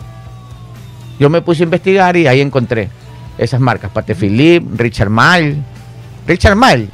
A: Yo me puse a investigar y ahí encontré esas marcas, Patek Philippe, Richard Mille. Richard Mille,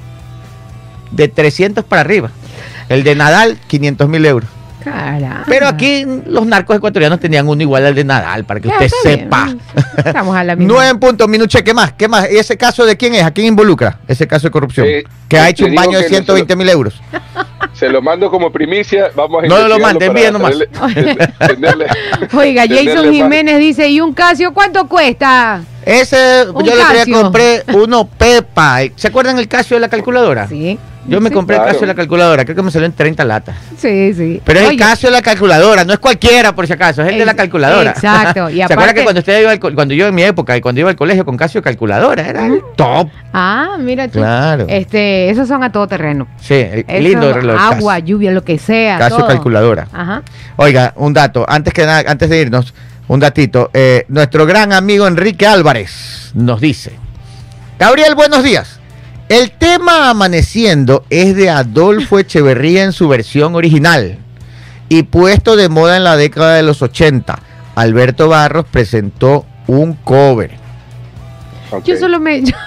A: de trescientos para arriba. El de Nadal, quinientos mil euros.
C: Caramba.
A: Pero aquí los narcos ecuatorianos tenían uno igual al de Nadal, para que
C: Ya,
A: usted
C: está bien.
A: sepa.
C: Estamos a la misma.
A: Nueve puntos, Minuche, ¿qué más? ¿Qué más? ¿Y ese caso de quién es? ¿A quién involucra ese caso de corrupción?
B: Eh,
A: que ha
B: te
A: hecho un
B: digo
A: baño de
B: que
A: ciento veinte mil euros.
B: Se lo mando como primicia, vamos a
A: No lo
B: investigarlo
A: mande,
B: para
A: envíe nomás.
B: tenerle- tenerle-
C: Oiga,
B: tenerle
C: Jason
B: más-
C: Jiménez dice, ¿y un Casio cuánto cuesta?
A: Ese,
C: Un
A: yo le otro día
C: Casio.
A: compré uno Pepa. ¿Se acuerdan el Casio de la calculadora?
C: Sí.
A: Yo me
C: Sí.
A: compré el
B: Claro.
A: Casio de la calculadora, creo que me salió en treinta latas.
C: Sí, sí.
A: Pero es el
C: Oye,
A: Casio de la calculadora, no es cualquiera por si acaso, es el de la
C: Ex-
A: calculadora.
C: exacto, y
A: ¿Se acuerdan
C: aparte-
A: que cuando usted iba al co- cuando yo en mi época y cuando iba al colegio con Casio calculadora era el top?
C: Ah, mira tú.
A: Claro.
C: Este, esos son a todo terreno.
A: Sí, el
C: Eso,
A: lindo el reloj.
C: agua, lluvia, lo que sea.
A: Casio
C: todo.
A: calculadora.
C: Ajá.
A: Oiga, un dato, antes que nada, antes de irnos, un datito. Eh, nuestro gran amigo Enrique Álvarez nos dice: Gabriel, buenos días. El tema Amaneciendo es de Adolfo Echeverría en su versión original y puesto de moda en la década de los ochenta. Alberto Barros presentó un cover.
B: Ok.
C: Yo solo me... Yo,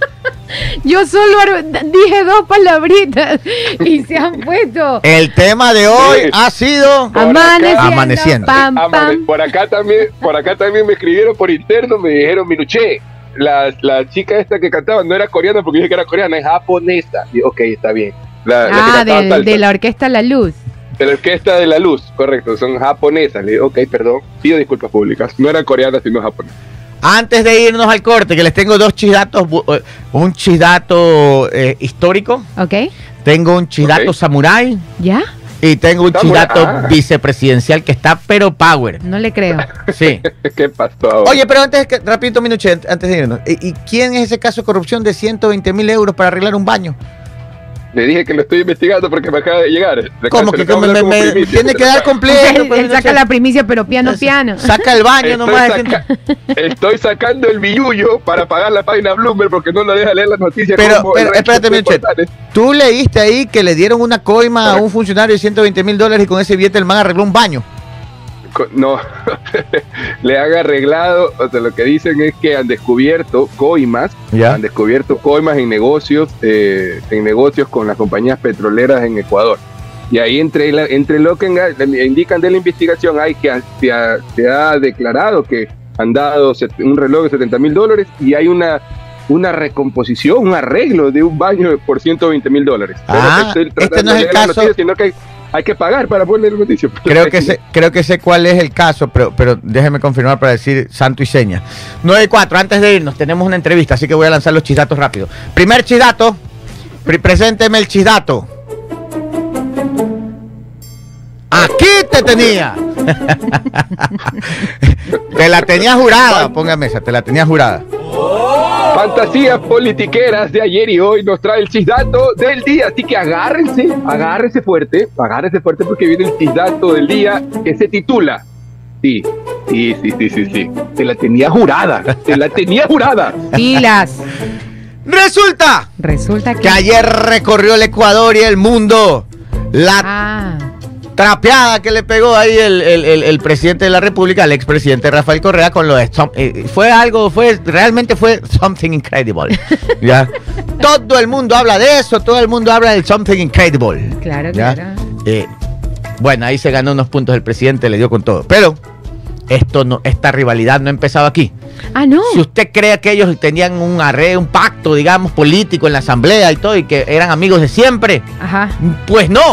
C: yo solo ar- dije dos palabritas y se han puesto...
A: El tema de hoy
B: Sí.
A: ha sido
B: Por acá-
C: Amaneciendo,
A: Amaneciendo.
C: pam,
B: Amane-
C: pam.
B: por acá también, por acá también me escribieron por interno, me dijeron, Minuché, la, la chica esta que cantaba no era coreana porque dije que era coreana, es japonesa. Y, ok, está bien. La, la que
C: Ah,
B: cantaba
C: del-
B: salsa.
C: de la Orquesta La Luz.
B: De la Orquesta de la Luz, correcto, son japonesas. Le digo, ok, perdón, pido disculpas públicas. No eran coreanas, sino japonesas.
A: Antes de irnos al corte, que les tengo dos chisdatos, bu- eh, un chisdato eh, histórico,
C: ¿Ok?
A: tengo un chisdato
B: Ok.
A: samurái
C: ¿Ya?
A: y tengo un
B: Samurái,
A: chisdato
B: ah.
A: vicepresidencial que está pero power.
C: No le creo.
A: Sí.
B: ¿Qué pasó ahora?
A: Oye, pero antes, que, rapidito, Minuche, ant- antes de irnos, ¿y, y quién es ese caso de corrupción de ciento veinte mil euros para arreglar un baño?
B: Le dije que lo estoy investigando porque me acaba de llegar. Le
A: ¿Cómo
B: acabo-
A: que
B: se lo acabo
A: me-
B: de dar
A: me-
B: como
A: me-
B: primicia.
A: tiene que dar
C: Él,
A: completo? pues,
C: él saca
A: Minuche?
C: la primicia, pero piano, piano.
A: Saca el baño
B: Estoy,
A: nomás.
B: saca- estoy sacando el billullo para pagar la página Bloomberg porque no la deja leer las noticias.
A: Pero,
B: como el
A: pero
B: resto
A: espérate,
B: de
A: Minuche,
B: portales.
A: tú leíste ahí que le dieron una coima a un funcionario de ciento veinte mil dólares y con ese billete el man arregló un baño.
B: Co- No, le han arreglado, o sea, lo que dicen es que han descubierto coimas,
A: Ya.
B: han descubierto coimas en negocios, eh, en negocios con las compañías petroleras en Ecuador. Y ahí entre, la- entre lo que en- indican de la investigación hay que se ha, se ha declarado que han dado set- un reloj de setenta mil dólares y hay una una recomposición, un arreglo de un baño por ciento veinte mil dólares. Pero
A: Ah,
B: estoy
A: este
B: tratando
A: no es
B: de
A: el
B: leer la
A: caso-
B: noticia, sino que hay, hay que pagar para poder leer la noticia.
A: Creo que sé, creo que sé cuál es el caso, pero, pero déjeme confirmar para decir santo y seña. nueve y cuatro, antes de irnos, tenemos una entrevista, así que voy a lanzar los chisdatos rápido. Primer chisdato, pre- presénteme el chisdato. Aquí te tenía. Te la tenía jurada, póngame esa, te la tenía jurada.
B: Fantasías politiqueras de ayer y hoy nos trae el chisdato del día, así que agárrense, agárrense fuerte, agárrense fuerte porque viene el chisdato del día que se titula. Sí, sí, sí, sí, sí, sí. Te la tenía jurada, te la tenía jurada.
C: Pilas.
A: Resulta
C: Resulta que...
A: que ayer recorrió el Ecuador y el mundo la
C: Ah,
A: trapeada que le pegó ahí el, el- el- el presidente de la República, el expresidente Rafael Correa, con lo de Some- eh, fue algo, fue, realmente fue something incredible. ¿Ya? Todo el mundo habla de eso, todo el mundo habla del something incredible.
C: claro,
A: ¿Ya?
C: claro.
A: Eh, bueno, ahí se ganó unos puntos el presidente, le dio con todo. Pero esto no, esta rivalidad no ha empezado aquí.
C: Ah, no.
A: Si usted cree que ellos tenían un arreglo, un pacto, digamos, político en la asamblea y todo, y que eran amigos de siempre,
C: Ajá.
A: pues no.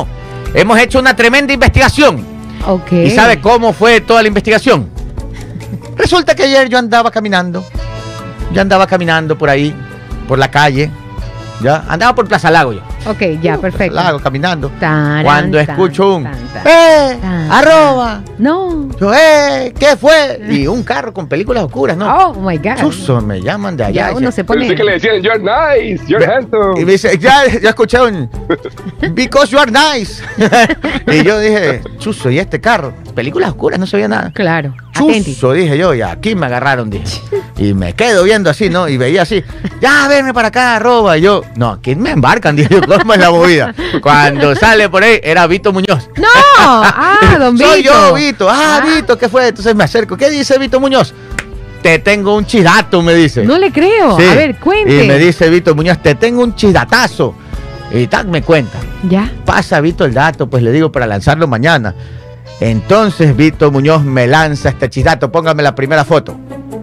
A: hemos hecho una tremenda investigación.
C: Ok.
A: ¿Y sabe cómo fue toda la investigación? Resulta que ayer yo andaba caminando, yo andaba caminando por ahí, por la calle, ya, andaba por Plaza Lago yo.
C: Ok, ya, perfecto.
A: Plaza Lago, caminando.
C: Taran,
A: Cuando
C: tan,
A: escucho un,
C: tan, tan,
A: ¡eh!
C: tan,
A: ¡Arroba!
C: No.
A: Yo, ¡eh! ¿Qué fue? Y un carro con películas oscuras, ¿no?
C: Oh, my God.
A: Chuzo, me llaman de allá.
C: Ya uno se
B: Pero
C: pone...
B: sí que le decían, you're nice, you're handsome.
A: Y me dice, ya, ya escuché un because you are nice. Y yo dije, chuzo, ¿y este carro? Películas oscuras, no se veía nada.
C: Claro. Atenti.
A: Chuzo, dije yo, y aquí me agarraron, dije. Y me quedo viendo así, ¿no? Y veía así, ya, venme para acá, arroba. Y yo, no, aquí me embarcan, dije yo, ¿cómo es la movida? Cuando sale por ahí, era Vito Muñoz.
C: ¡No! ¡Ah, don Vito!
A: Soy yo, Vito. Ah,
C: Ah.
A: Vito, ¿qué fue? Entonces me acerco. ¿Qué dice Vito Muñoz? Te tengo un chidato, me dice.
C: No le creo.
A: Sí.
C: A ver, cuente.
A: Y me dice Vito Muñoz, te tengo un chidatazo. Y tal, me cuenta.
C: Ya.
A: Pasa Vito el dato, pues le digo para lanzarlo mañana. Entonces Vito Muñoz me lanza este chidato. Póngame la primera foto.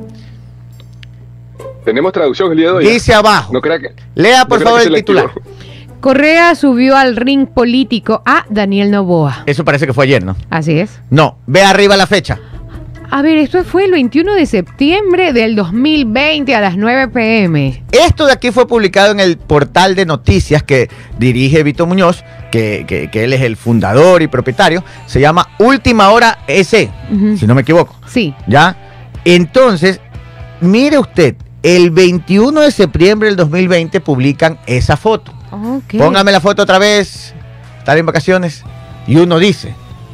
B: Tenemos traducción el día de hoy.
A: Dice abajo.
B: No crea que.
A: Lea por
B: no crea
A: favor
B: que se
A: el
B: le
A: titular.
B: activó.
C: Correa subió al ring político a Daniel Noboa.
A: Eso parece que fue ayer, ¿no?
C: Así es.
A: No, ve arriba la fecha.
C: A ver, esto fue el veintiuno de septiembre del dos mil veinte a las nueve pe eme.
A: Esto de aquí fue publicado en el portal de noticias que dirige Vito Muñoz, que, que, que él es el fundador y propietario. Se llama Última Hora ese,
C: Ujú.
A: si no me equivoco.
C: Sí.
A: ¿Ya? Entonces, mire usted, el veintiuno de septiembre del dos mil veinte publican esa foto.
C: Ok.
A: Póngame la foto otra vez. Estar en vacaciones. Y uno dice,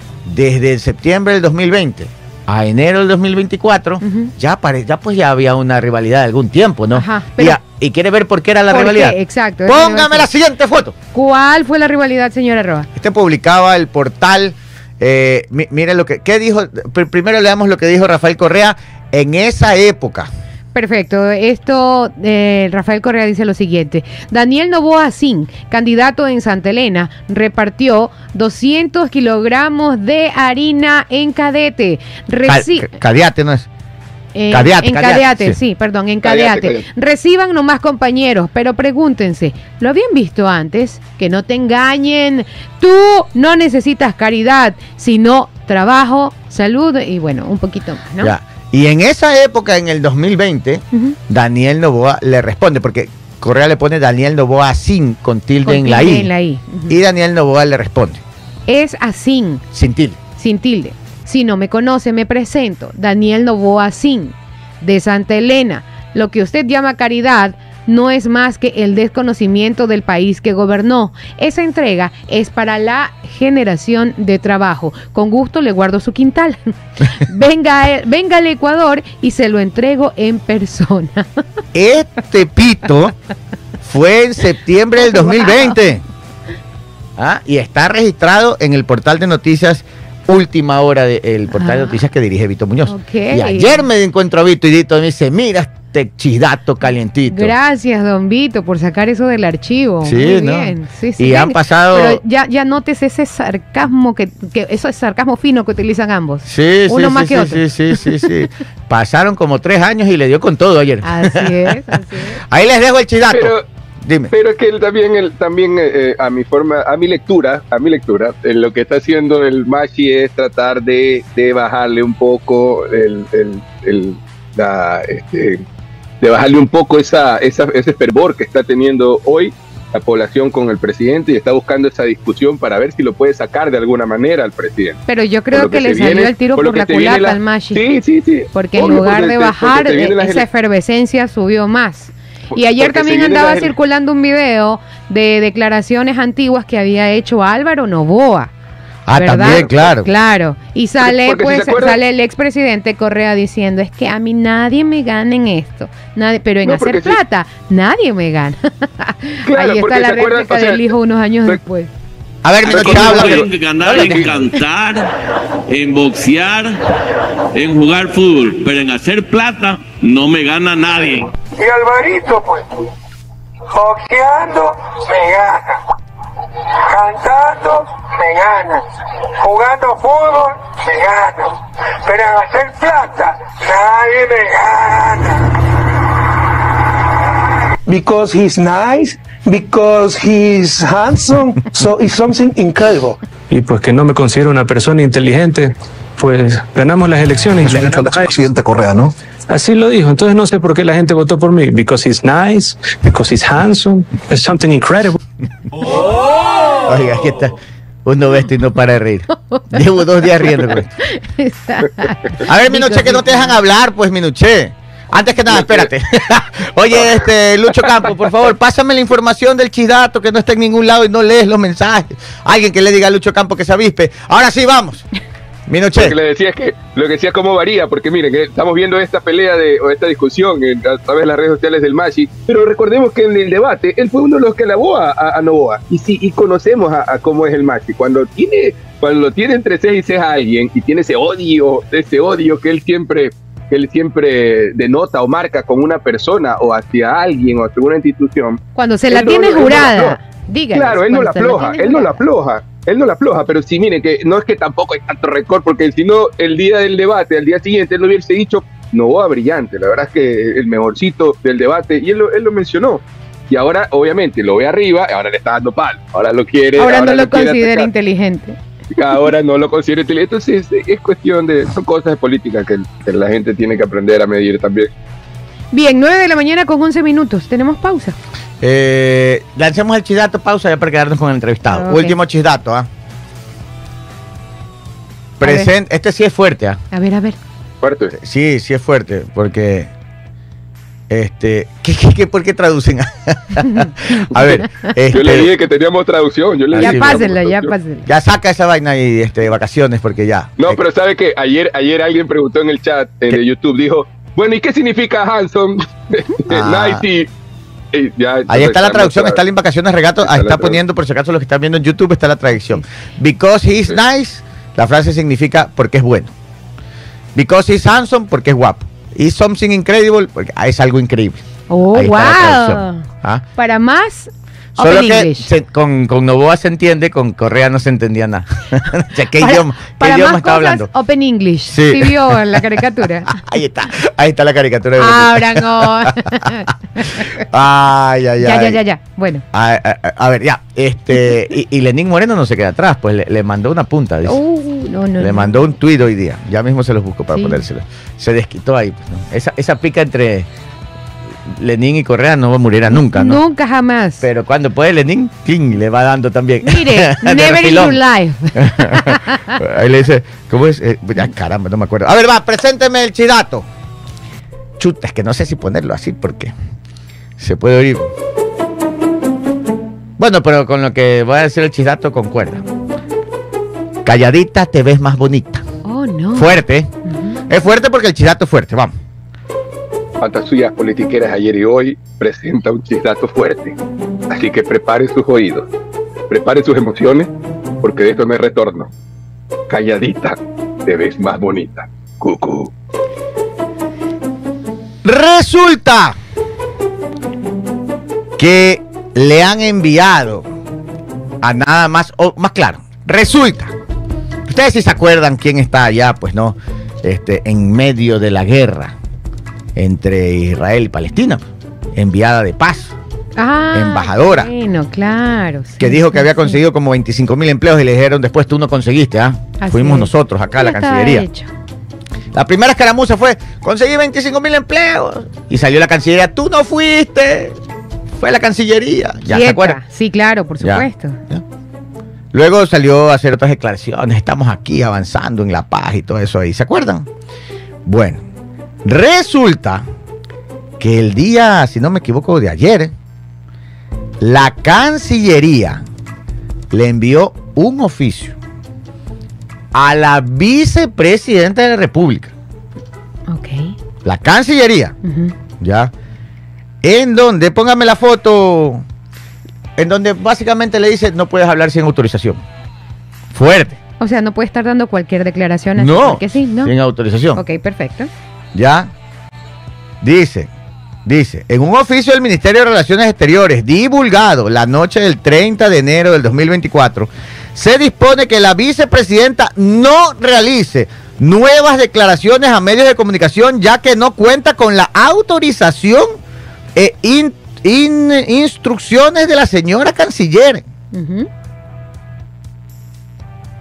A: desde septiembre del dos mil veinte a enero del dos mil veinticuatro,
C: Ujú.
A: ya, pare, ya pues ya había una rivalidad de algún tiempo, ¿no?
C: Ajá,
A: y,
C: pero-
A: a- y quiere ver por qué era la
C: ¿Por
A: rivalidad.
C: qué? Exacto. eso iba a
A: Póngame la
C: decir.
A: siguiente foto.
C: ¿Cuál fue la rivalidad, señora Roa?
A: Este publicaba el portal. Eh, mi- mire lo que. ¿Qué dijo? Pr- Primero leamos lo que dijo Rafael Correa en esa época.
C: Perfecto. Esto, eh, Rafael Correa dice lo siguiente. Daniel Noboa Sin, candidato en Santa Elena, repartió doscientos kilogramos de harina en cadete. Reci-
A: Ca- Cadiate, ¿no es?
C: Eh,
A: Cadeate,
C: en
A: Cadeate,
C: Cadeate,
A: sí.
C: sí. perdón, en
B: Cadeate,
C: Cadeate.
B: Cadeate.
C: Reciban nomás, compañeros, pero pregúntense, ¿lo habían visto antes? Que no te engañen. Tú no necesitas caridad, sino trabajo, salud y bueno, un poquito más, ¿no?
A: Ya. Y en esa época, en el dos mil veinte,
C: Ujú.
A: Daniel Noboa le responde, porque Correa le pone Daniel Noboa Sin con tilde
C: Con
A: en la
C: tilde
A: I.
C: en la I. Ujú.
A: Y Daniel Noboa le responde,
C: Es así,
A: sin tilde.
C: sin tilde. Si no me conoce, me presento. Daniel Noboa Sin, de Santa Elena. Lo que usted llama caridad no es más que el desconocimiento del país que gobernó. Esa entrega es para la generación de trabajo. Con gusto le guardo su quintal. venga, eh, venga al Ecuador y se lo entrego en persona.
A: Este pito fue en septiembre del dos mil veinte. Ah, y está registrado en el portal de noticias Última Hora, de- el portal
C: Ah.
A: de noticias que dirige Vito Muñoz.
C: Ok.
A: Y ayer me encuentro a Vito y Vito me dice, mira este chidato calientito.
C: Gracias, don Vito, por sacar eso del archivo.
A: Sí,
C: Muy
A: ¿no?
C: bien. Sí, sí.
A: Y
C: Ven,
A: han pasado-
C: Pero ya, ya notes ese sarcasmo, que, que eso es sarcasmo fino que utilizan ambos.
A: Sí,
C: Uno
A: sí,
C: más
A: sí,
C: que
A: sí,
C: otro.
A: sí, sí, sí, sí. Pasaron como tres años y le dio con todo ayer.
C: Así es, así es.
A: Ahí les dejo el chidato.
B: Pero,
A: Dime.
B: pero es que él también, él también eh, eh, a mi forma, a mi lectura, a mi lectura, eh, lo que está haciendo el Machi es tratar de, de bajarle un poco el, el, el- la, este, de bajarle un poco esa, esa, ese fervor que está teniendo hoy la población con el presidente y está buscando esa discusión para ver si lo puede sacar de alguna manera al presidente.
C: Pero yo
B: Por
C: creo
B: lo
C: que,
B: que
C: le
B: se
C: salió
B: viene-
C: el tiro
B: por
C: por,
B: lo que
C: la
B: se viene
C: culata
B: la-
C: al Machi.
B: Sí, sí, sí.
C: Porque en
B: Obvio,
C: lugar
B: porque
C: de
B: te- porque
C: bajar,
B: te vienen
C: eh,
B: las
C: esa
B: ele-
C: efervescencia subió más. Y ayer
B: porque se
C: también
B: vienen
C: andaba
B: las ele-
C: circulando un video de declaraciones antiguas que había hecho Álvaro Noboa.
A: Ah,
C: ¿verdad?
A: también, claro.
C: Claro. Y sale,
B: Porque si
C: pues,
B: se acuerdan-
C: sale el expresidente Correa diciendo, es que a mí nadie me gana en esto. Nadie, pero en
B: No,
C: hacer
B: porque si-
C: plata, nadie me gana.
B: Claro,
C: Ahí
B: porque
C: está la
B: se acuerdan,
C: réplica
B: o sea,
C: del hijo unos años
B: re-
C: después.
A: A ver,
B: Pero
A: Minochita, habla.
B: ¿cómo
A: pero-
E: ganar en cantar, en boxear, en jugar fútbol, pero en hacer plata no me gana nadie.
F: Y Alvarito, pues, boxeando me gana, cantando me gana, jugando fútbol me gana, pero en hacer plata nadie me gana. Because he's nice, because he's handsome, so it's something incredible.
G: y pues que no me considero una persona inteligente, pues ganamos las elecciones.
H: Eso dicho el expresidente Correa, ¿no?
G: Así lo dijo. Entonces no sé por qué la gente votó por mí. Because he's nice, because he's handsome, it's something incredible.
A: Oiga, aquí está. Uno ve esto y no para de reír. Llevo dos días riendo con esto. A ver, Minuché, que no te dejan hablar, pues, Minuché. Antes que nada, espérate. Oye, este, Lucho Campos, por favor, pásame la información del Chisdato, que no está en ningún lado y no lees los mensajes. Alguien que le diga a Lucho Campos que se avispe. Ahora sí, vamos. Minuché.
B: Lo que le decía es que, lo que decía cómo varía, porque miren, que estamos viendo esta pelea de, o esta discusión en, a través de las redes sociales del Machi, pero recordemos que en el debate, él fue uno de los que alabó a, a, a Novoa, y sí, y conocemos a, a cómo es el Machi, cuando tiene, cuando lo tiene entre ceja y ceja a alguien, y tiene ese odio, ese odio que él siempre, que él siempre denota o marca con una persona, o hacia alguien, o hacia una institución.
C: Cuando se la tiene
B: no,
C: jurada, díganos.
B: Claro, él no la afloja, él no la afloja. Él no la afloja, pero sí, miren, que no es que tampoco hay tanto récord, porque si no, el día del debate, al día siguiente, él lo hubiese dicho, Novoa brillante, la verdad es que el mejorcito del debate, y él lo, él lo mencionó. Y ahora, obviamente, lo ve arriba, ahora le está dando palo, ahora lo quiere.
C: Ahora, ahora no lo, lo considera atacar. Inteligente.
B: Ahora no lo considera inteligente. Entonces, es, es cuestión de, son cosas de política que, que la gente tiene que aprender a medir también.
C: Bien, nueve de la mañana con once minutos, tenemos pausa.
A: Eh, lancemos el Chisdato, pausa ya para quedarnos con el entrevistado. Okay. Último Chisdato, ¿ah? Present, este sí es fuerte, ¿ah?
C: A ver, a ver.
B: Fuerte.
A: Sí, sí es fuerte, porque este, ¿qué, qué, qué, ¿por qué traducen? A ver, este,
B: yo le dije que teníamos traducción. Yo le
C: ya
B: dije
C: pásenla, ya pásenla.
A: Ya saca esa vaina y este, vacaciones, porque ya.
B: No, eh, pero sabe que ayer, ayer alguien preguntó en el chat eh, de YouTube, dijo, bueno, ¿y qué significa handsome?
A: Ah.
B: Nice. Ya,
A: ahí está la traducción, está en vacaciones regato, ahí está, está poniendo, por si acaso los que están viendo en YouTube, está la traducción. Because he's sí. nice, la frase significa porque es bueno. Because he's handsome, porque es guapo. Is something incredible, porque es algo increíble.
C: Oh, ahí wow. ¿Ah? Para más,
A: solo que se, con, con Novoa se entiende, con Correa no se entendía nada. O sea, ¿qué
C: para,
A: idioma, ¿qué
C: para
A: idioma
C: más
A: estaba hablando?
C: Open English.
A: Sí.
C: ¿Sí vio en la caricatura?
A: Ahí está, ahí está la caricatura.
C: Ahora no.
A: Ay, ay, ay.
C: Ya, ya, ya, ya. Bueno.
A: A, a, a ver, ya. Este, y, y Lenín Moreno no se queda atrás, pues le, le mandó una punta. Dice.
C: Uh, no, no,
A: le
C: no.
A: mandó un tuit hoy día. Ya mismo se los busco para
C: sí.
A: ponérselo. Se desquitó ahí. Pues, ¿no? Esa, esa pica entre Lenín y Correa no va a morir nunca, ¿no?
C: Nunca jamás.
A: Pero cuando puede Lenín, ¡ting! Le va dando también.
C: Mire, never in your life.
A: Ahí le dice, ¿cómo es? Eh, ya, caramba, no me acuerdo. A ver, va, presénteme el Chisdato. Chuta, es que no sé si ponerlo así porque se puede oír. Bueno, pero con lo que voy a decir el Chisdato concuerda. Calladita te ves más bonita.
C: Oh, no.
A: Fuerte. Uh-huh. Es fuerte porque el Chisdato es fuerte, vamos.
B: Fantasías politiqueras ayer y hoy presenta un Chisdato fuerte. Así que preparen sus oídos, preparen sus emociones, porque de esto no hay retorno. Calladita te ves más bonita. Cucú.
A: Resulta que le han enviado a nada más, o más claro, resulta. Ustedes sí se acuerdan quién está allá, pues no, este, en medio de la guerra entre Israel y Palestina, enviada de paz,
C: ah,
A: embajadora.
C: Bueno, claro. Sí,
A: que dijo
C: sí,
A: que había
C: sí.
A: conseguido como veinticinco mil empleos y le dijeron después tú no conseguiste, ¿ah? Fuimos es. nosotros acá a la Cancillería. Hecho. La primera escaramuza fue, conseguí veinticinco mil empleos. Y salió la Cancillería, tú no fuiste. Fue la Cancillería. ¿Ya se acuerdan?
C: Sí, claro, por supuesto.
A: Ya, ya. Luego salió a hacer otras declaraciones, estamos aquí avanzando en la paz y todo eso ahí. ¿Se acuerdan? Bueno, resulta que el día, si no me equivoco, de ayer, la Cancillería le envió un oficio a la vicepresidenta de la República.
C: Ok.
A: La Cancillería.
C: Uh-huh.
A: Ya. En donde, póngame la foto, en donde básicamente le dice, no puedes hablar sin autorización. Fuerte.
C: O sea, no puede estar dando cualquier declaración así.
A: No,
C: porque sí, ¿no?
A: Sin autorización.
C: Ok, perfecto.
A: Ya. Dice, dice, en un oficio del Ministerio de Relaciones Exteriores, divulgado la noche del treinta de enero del dos mil veinticuatro, se dispone que la vicepresidenta no realice nuevas declaraciones a medios de comunicación, ya que no cuenta con la autorización e in, in, instrucciones de la señora canciller.
C: Uh-huh.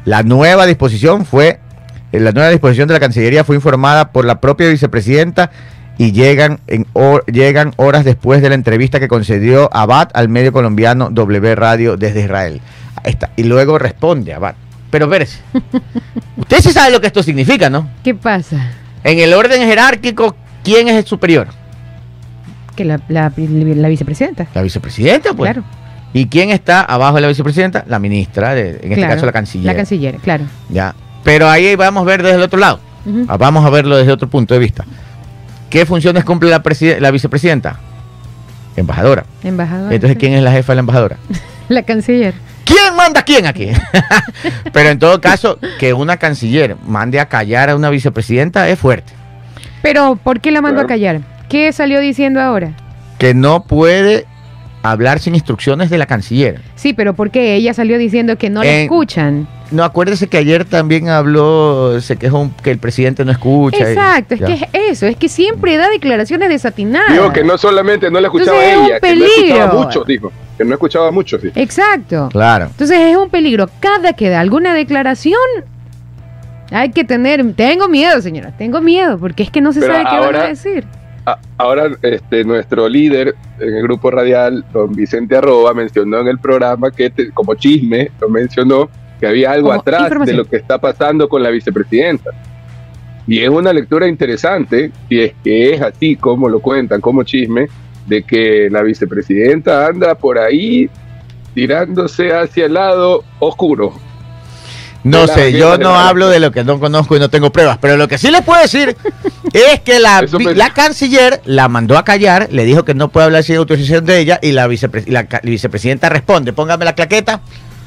A: La nueva disposición fue, eh, la nueva disposición de la Cancillería fue informada por la propia vicepresidenta y llegan, en or, llegan horas después de la entrevista que concedió Abad al medio colombiano W Radio desde Israel. Ahí está. Y luego responde Abad. Pero espérese, usted sí sabe lo que esto significa, ¿no?
C: ¿Qué pasa?
A: En el orden jerárquico, ¿quién es el superior?
C: Que la, la, la vicepresidenta.
A: La vicepresidenta, pues.
C: Claro.
A: ¿Y quién está abajo de la vicepresidenta? La ministra, de, en este
C: Claro,
A: caso la canciller.
C: La canciller, claro.
A: Ya. Pero ahí vamos a ver desde el otro lado.
C: Uh-huh.
A: Vamos a verlo desde otro punto de vista. ¿Qué funciones cumple la, la vicepresidenta? Embajadora.
C: Embajadora.
A: Entonces, ¿quién es la jefa de la embajadora?
C: La canciller.
A: ¿Quién manda a quién aquí? Pero en todo caso, que una canciller mande a callar a una vicepresidenta es fuerte.
C: Pero, ¿por qué la mandó
B: Claro.
C: a callar? ¿Qué salió diciendo ahora?
A: Que no puede hablar sin instrucciones de la canciller.
C: Sí, pero ¿por qué? Ella salió diciendo que no la
A: En-
C: escuchan.
A: No, acuérdese que ayer también habló, se quejó que el presidente no escucha.
C: Exacto,
A: y-
C: es
A: ya.
C: que es eso, es que siempre da declaraciones desatinadas.
B: Digo que no solamente no la escuchaba
C: Entonces es un
B: ella, que no escuchaba
C: peligro.
B: mucho, dijo. Que no escuchaba mucho, sí.
C: Exacto.
A: Claro.
C: Entonces es un peligro. Cada que da alguna declaración, hay que tener... Tengo miedo, señora, tengo miedo, porque es que no se
B: Pero
C: sabe qué van a
B: ahora-
C: decir.
B: A- Ahora, este, nuestro líder en el grupo radial, don Vicente Arroba, mencionó en el programa que, te- como chisme, lo mencionó, que había algo
C: Como
B: atrás
C: información.
B: de lo que está pasando con la vicepresidenta. Y es una lectura interesante, si es que es así como lo cuentan, como chisme, de que la vicepresidenta anda por ahí tirándose hacia el lado oscuro.
A: No
B: Claro,
A: sé,
B: que
A: yo
B: es
A: no
B: verdad.
A: hablo de lo que no conozco y no tengo pruebas, pero lo que sí les puedo decir es que la,
B: Eso
A: vi-
B: me-
A: la canciller la mandó a callar, le dijo que no puede hablar sin autorización de ella y la, vicepre- y la ca- vicepresidenta responde, póngame la claqueta.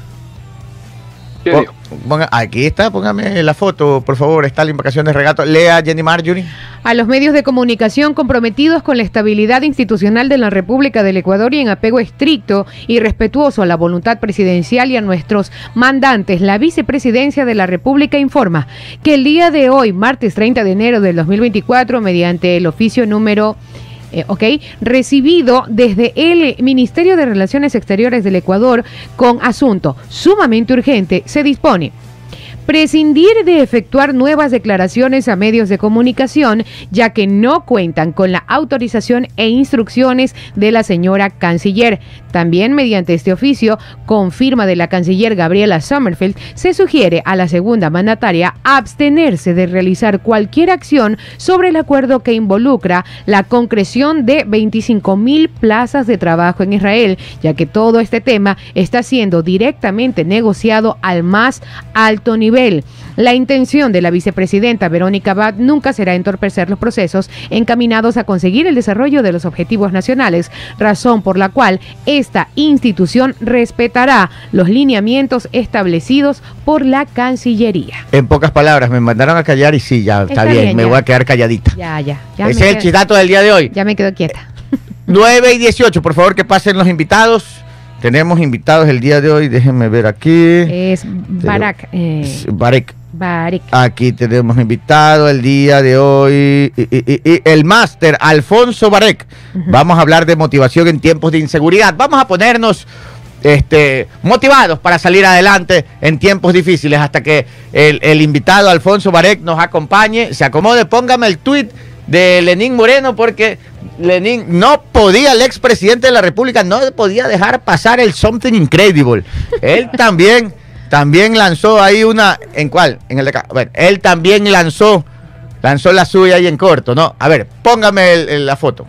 B: ¿Qué
A: Po-
B: dijo?
A: ponga- aquí está, póngame la foto, por favor, está la invocación de regato. Lea Jenny Marjorie.
C: A los medios de comunicación comprometidos con la estabilidad institucional de la República del Ecuador y en apego estricto y respetuoso a la voluntad presidencial y a nuestros mandantes, la Vicepresidencia de la República informa que el día de hoy, martes treinta de enero del dos mil veinticuatro, mediante el oficio número Eh, ok, recibido desde el Ministerio de Relaciones Exteriores del Ecuador con asunto sumamente urgente, se dispone prescindir de efectuar nuevas declaraciones a medios de comunicación, ya que no cuentan con la autorización e instrucciones de la señora canciller. También mediante este oficio, con firma de la canciller Gabriela Sommerfeld, se sugiere a la segunda mandataria abstenerse de realizar cualquier acción sobre el acuerdo que involucra la concreción de veinticinco mil plazas de trabajo en Israel, ya que todo este tema está siendo directamente negociado al más alto nivel. La intención de la vicepresidenta Verónica Abad nunca será entorpecer los procesos encaminados a conseguir el desarrollo de los objetivos nacionales, razón por la cual esta institución respetará los lineamientos establecidos por la Cancillería.
A: En pocas palabras, me mandaron a callar y sí, ya está,
C: Está
A: bien,
C: bien,
A: me
C: ya.
A: voy a quedar calladita.
C: Ya, ya. ya
A: Ese
C: me
A: es el
C: quedo-
A: chidato del día de hoy.
C: Ya me quedo quieta.
A: nueve y dieciocho, por favor que pasen los invitados. Tenemos invitados el día de hoy, déjenme ver aquí.
C: Es Barak. Eh,
A: Barek.
C: Barik.
A: Aquí tenemos invitado el día de hoy, y, y- y- y el máster Alfonso Barek.
C: Ujú.
A: Vamos a hablar de motivación en tiempos de inseguridad. Vamos a ponernos este, motivados para salir adelante en tiempos difíciles hasta que el, el invitado Alfonso Barek nos acompañe, se acomode. Póngame el tuit de Lenín Moreno porque Lenín no podía, el expresidente de la República no podía dejar pasar el something incredible. Él también... También lanzó ahí una, ¿en cuál? En el de acá. A ver, él también lanzó, lanzó la suya ahí en corto, ¿no? A ver, póngame el- el- la foto.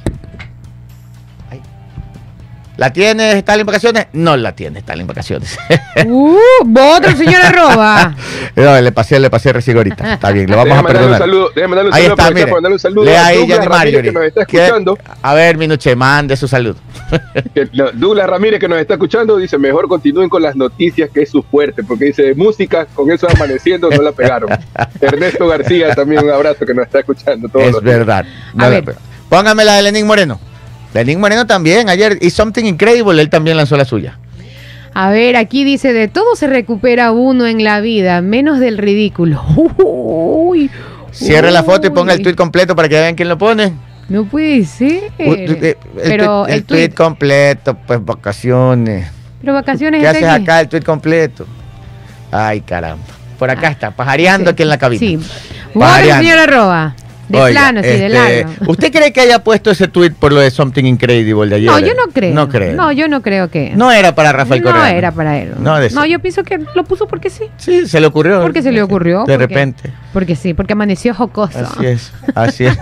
A: Ahí. ¿La tienes, está en vacaciones? No la tiene, está en vacaciones.
C: Uh, otro señor arroba.
A: No, le pasé, le pasé recién ahorita. Está bien, lo vamos
B: Déjame
A: a
B: mandarle un
A: perdonar.
B: saludo, déjame mandarle un
A: Ahí
B: saludo,
A: está,
B: aprovechar
A: mire.
B: para mandarle un saludo
A: Lea
B: a
A: ahí,
B: Douglas
A: Jenny
B: Ramírez,
A: Marjorie.
B: que nos está
A: ¿Qué?
B: escuchando.
A: A ver, Minuche, mande su salud.
B: Que lo- Douglas Ramírez, que nos está escuchando, dice, mejor continúen con las noticias, que es su fuerte, porque dice, música, con eso amaneciendo, no la pegaron. Ernesto García, también un abrazo, que nos está escuchando todos
A: Es
B: los días.
A: verdad.
C: A
A: No la
C: ver.
A: pego. Póngame la de Lenín Moreno. Lenín Moreno también, ayer, y Something Incredible, él también lanzó la suya.
C: A ver, aquí dice, de todo se recupera uno en la vida, menos del ridículo. Uy,
A: Cierre la foto y
C: uy.
A: ponga el tweet completo para que vean quién lo pone.
C: No puede ser.
A: U- eh, El,
C: Pero
A: tweet, el
C: el
A: tweet
C: tweet,
A: completo, pues vacaciones.
C: pero vacaciones
A: ¿Qué
C: está
A: haces
C: aquí.
A: acá el tweet completo? Ay, caramba. Por acá está, pajareando
C: Sí,
A: aquí en la cabina.
C: Sí. Bueno,
A: Pajareando.
C: señora Roa. De
A: Oiga,
C: plano, sí, de
A: este,
C: largo.
A: ¿usted cree que haya puesto ese tweet por lo de Something Incredible de ayer?
C: No, yo no creo.
A: No creo.
C: No, yo no creo que.
A: No era para Rafael
C: No
A: Correa.
C: era para él.
A: No, de-
C: No, yo pienso que lo puso porque sí.
A: Sí, se le ocurrió.
C: Porque se le ocurrió.
A: De
C: porque-
A: repente.
C: Porque sí, porque amaneció jocoso.
A: Así es, así es.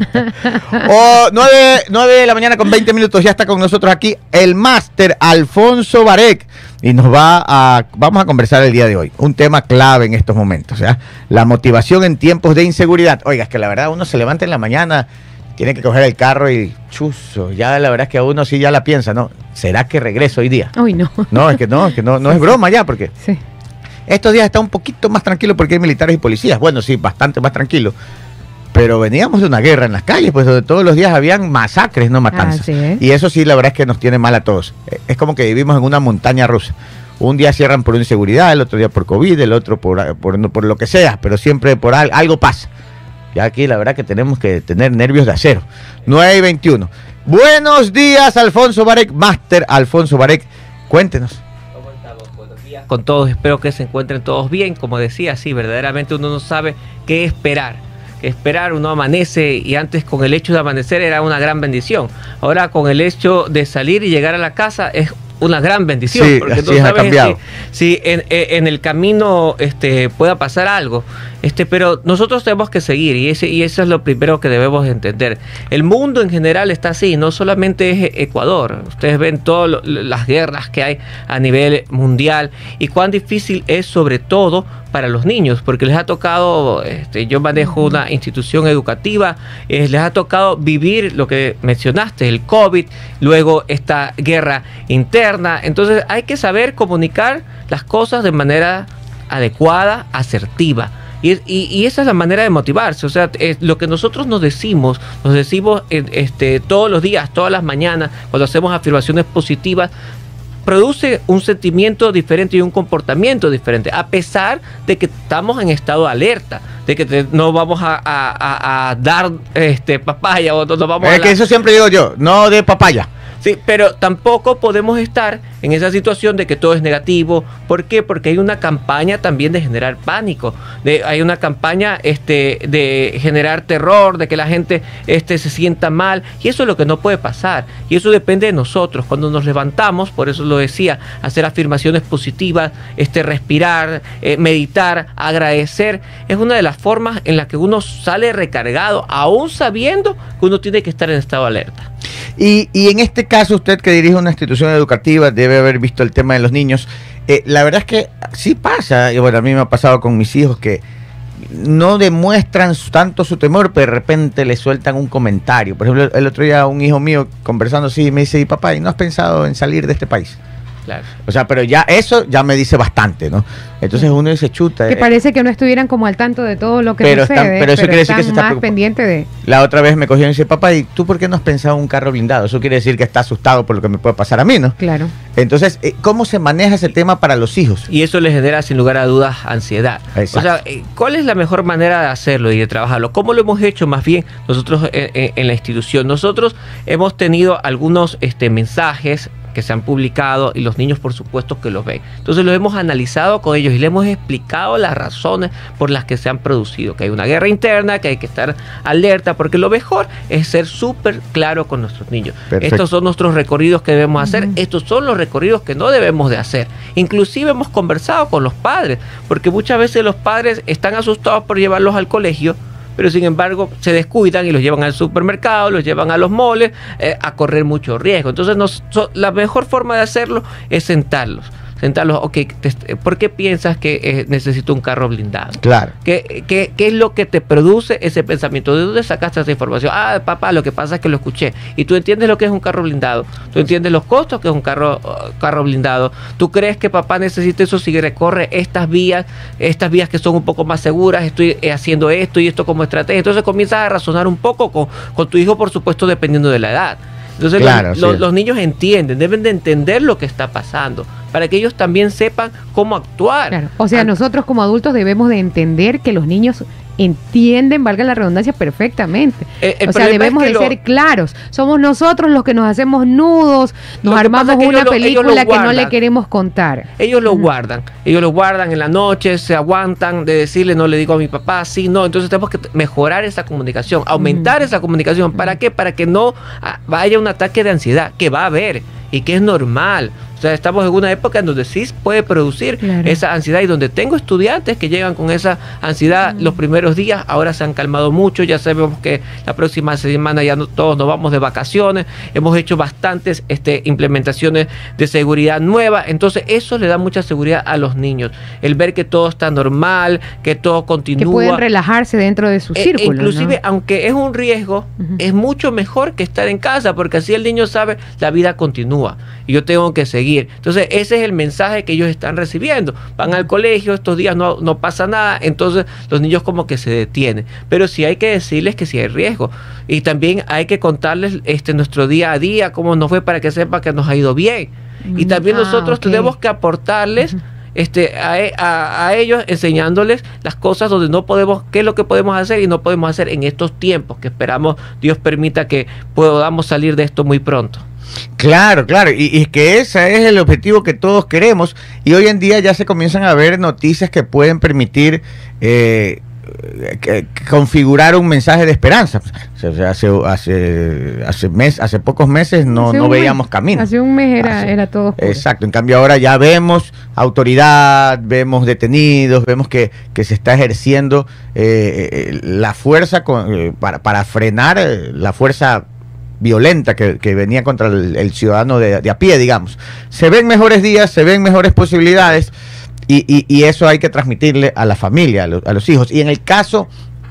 A: Oh, nueve, nueve de la mañana con veinte minutos, ya está con nosotros aquí el máster Alfonso Barek y nos va a, vamos a conversar el día de hoy, un tema clave en estos momentos, ¿ya? La motivación en tiempos de inseguridad. Oiga, es que la verdad uno se levanta en la mañana, tiene que coger el carro y chuzo, ya la verdad es que a uno sí ya la piensa, ¿no? ¿Será que regreso hoy día?
C: Uy, no.
A: No, es que no, es que no, no es broma ya, porque
C: Sí.
A: estos días está un poquito más tranquilo porque hay militares y policías. Bueno, sí, bastante más tranquilo. Pero veníamos de una guerra en las calles, pues donde todos los días habían masacres, no matanzas.
C: Así es.
A: Y eso sí, la verdad es que nos tiene mal a todos. Eh, Es como que vivimos en una montaña rusa. Un día cierran por inseguridad, el otro día por COVID, el otro por, por, por lo que sea, pero siempre por al- algo pasa. Ya aquí la verdad que tenemos que tener nervios de acero. nueve y veintiuno. Buenos días, Alfonso Barek, máster Alfonso Barek. Cuéntenos.
I: Con todos, espero que se encuentren todos bien. Como decía, sí, verdaderamente uno no sabe qué esperar. Qué esperar, uno amanece y antes con el hecho de amanecer era una gran bendición. Ahora con el hecho de salir y llegar a la casa es una gran bendición.
A: Sí,
I: porque
A: así
I: no
A: es, ha
I: sabes
A: cambiado.
I: si, si en, en el camino este, pueda pasar algo. Este, pero nosotros tenemos que seguir y, ese, y eso es lo primero que debemos entender. El mundo en general está así, no solamente es Ecuador. Ustedes ven todas las guerras que hay a nivel mundial y cuán difícil es sobre todo para los niños, porque les ha tocado, este, yo manejo una institución educativa, eh, les ha tocado vivir lo que mencionaste, el COVID, luego esta guerra interna. Entonces hay que saber comunicar las cosas de manera adecuada, asertiva. Y, y, y esa es la manera de motivarse. O sea, es lo que nosotros nos decimos, nos decimos eh, este, todos los días, todas las mañanas, cuando hacemos afirmaciones positivas, produce un sentimiento diferente y un comportamiento diferente, a pesar de que estamos en estado de alerta, de que te, no vamos a, a, a, a dar este, papaya o no, no vamos
A: Es
I: a
A: que
I: la-
A: eso siempre digo yo, no de papaya.
I: Sí, pero tampoco podemos estar en esa situación de que todo es negativo. ¿Por qué? Porque hay una campaña también de generar pánico, de, hay una campaña este, de generar terror, de que la gente este, se sienta mal, y eso es lo que no puede pasar, y eso depende de nosotros. Cuando nos levantamos, por eso lo decía, hacer afirmaciones positivas, este, respirar, eh, meditar, agradecer, es una de las formas en las que uno sale recargado, aún sabiendo que uno tiene que estar en estado de alerta.
A: Y, y en este caso, usted que dirige una institución educativa debe haber visto el tema de los niños. Eh, la verdad es que sí pasa, y bueno, a mí me ha pasado con mis hijos que no demuestran su- tanto su temor, pero de repente le sueltan un comentario. Por ejemplo, el otro día un hijo mío conversando así me dice, y papá, ¿y no has pensado en salir de este país?
I: Claro.
A: O sea, pero ya eso ya me dice bastante, ¿no? Entonces uno dice, chuta.
C: Que
A: eh,
C: parece que no estuvieran como al tanto de todo lo que
A: Pero
C: sucede,
A: están- pero eso quiere decir que
C: están
A: se está
C: más
A: preocupando.
C: pendiente de...
A: La otra vez me cogió y me dice, papá, ¿y tú por qué no has pensado en un carro blindado? Eso quiere decir que está asustado por lo que me puede pasar a mí, ¿no?
C: Claro.
A: Entonces, eh, ¿cómo se maneja ese tema para los hijos?
I: Y eso le genera sin lugar a dudas ansiedad.
A: Exacto.
I: O sea, eh, ¿cuál es la mejor manera de hacerlo y de trabajarlo? ¿Cómo lo hemos hecho más bien nosotros en, en- en la institución? Nosotros hemos tenido algunos este, mensajes que se han publicado y los niños por supuesto que los ven. Entonces los hemos analizado con ellos y les hemos explicado las razones por las que se han producido, que hay una guerra interna, que hay que estar alerta, porque lo mejor es ser súper claro con nuestros niños.
A: Perfecto.
I: Estos son nuestros recorridos que debemos hacer, estos son los recorridos que no debemos de hacer. Inclusive hemos conversado con los padres, porque muchas veces los padres están asustados por llevarlos al colegio, pero sin embargo se descuidan y los llevan al supermercado, los llevan a los moles, eh, a correr mucho riesgo. Entonces nos, so, la mejor forma de hacerlo es sentarlos. Sentarlos, ok, te, ¿por qué piensas que eh, necesito un carro blindado?
A: Claro.
I: ¿Qué, qué, ¿Qué es lo que te produce ese pensamiento? ¿De dónde sacaste esa información? Ah, papá, lo que pasa es que lo escuché. ¿Y tú entiendes lo que es un carro blindado? ¿Tú entiendes los costos que es un carro, uh, carro blindado? ¿Tú crees que papá necesita eso si recorre estas vías, estas vías que son un poco más seguras? Estoy eh, haciendo esto y esto como estrategia. Entonces comienzas a razonar un poco con, con tu hijo, por supuesto, dependiendo de la edad. Entonces
A: Claro,
I: los,
A: sí.
I: los, los niños entienden, deben de entender lo que está pasando, para que ellos también sepan cómo actuar.
C: Claro. O sea,
I: An-
C: nosotros como adultos debemos de entender que los niños entienden, valga la redundancia, perfectamente.
I: El, el
C: o sea, debemos
I: es
C: de
I: lo...
C: ser claros. Somos nosotros los que nos hacemos nudos, nos armamos
I: es
C: una
I: lo,
C: película que no le queremos contar.
I: Ellos lo
C: uh-huh.
I: guardan, ellos lo guardan en la noche, se aguantan de decirle, no le digo a mi papá, sí, no. Entonces tenemos que mejorar esa comunicación, aumentar uh-huh. esa comunicación. ¿Para uh-huh. qué? Para que no vaya un ataque de ansiedad, que va a haber y que es normal. O sea, estamos en una época en donde sí puede producir claro. esa ansiedad y donde tengo estudiantes que llegan con esa ansiedad uh-huh. los primeros días, ahora se han calmado mucho, ya sabemos que la próxima semana ya no, todos nos vamos de vacaciones, hemos hecho bastantes este, implementaciones de seguridad nuevas, entonces eso le da mucha seguridad a los niños, el ver que todo está normal, que todo continúa.
C: Que pueden relajarse dentro de su
I: eh,
C: círculo.
I: Inclusive,
C: ¿no?
I: aunque es un riesgo, uh-huh. es mucho mejor que estar en casa, porque así el niño sabe, la vida continúa y yo tengo que seguir. Entonces ese es el mensaje que ellos están recibiendo. Van al colegio, estos días no, no pasa nada, entonces los niños como que se detienen. Pero sí hay que decirles que sí hay riesgo. Y también hay que contarles este nuestro día a día, cómo nos fue, para que sepan que nos ha ido bien. Y también ah, nosotros okay. tenemos que aportarles uh-huh. este, a, a, a ellos, enseñándoles las cosas donde no podemos, qué es lo que podemos hacer y no podemos hacer en estos tiempos, que esperamos Dios permita que podamos salir de esto muy pronto.
A: Claro, claro, y, y que ese es el objetivo que todos queremos, y hoy en día ya se comienzan a ver noticias que pueden permitir eh, que, que configurar un mensaje de esperanza. O sea, hace hace hace, mes, hace pocos meses no, no veíamos camino.
C: Hace un mes era, hace, era todo oscuro.
A: Exacto, en cambio ahora ya vemos autoridad, vemos detenidos, vemos que, que se está ejerciendo eh, la fuerza con, eh, para, para frenar eh, la fuerza violenta que, que venía contra el, el ciudadano de, de a pie, digamos. Se ven mejores días, se ven mejores posibilidades y, y, y eso hay que transmitirle a la familia, a, lo, a los hijos. Y en el caso,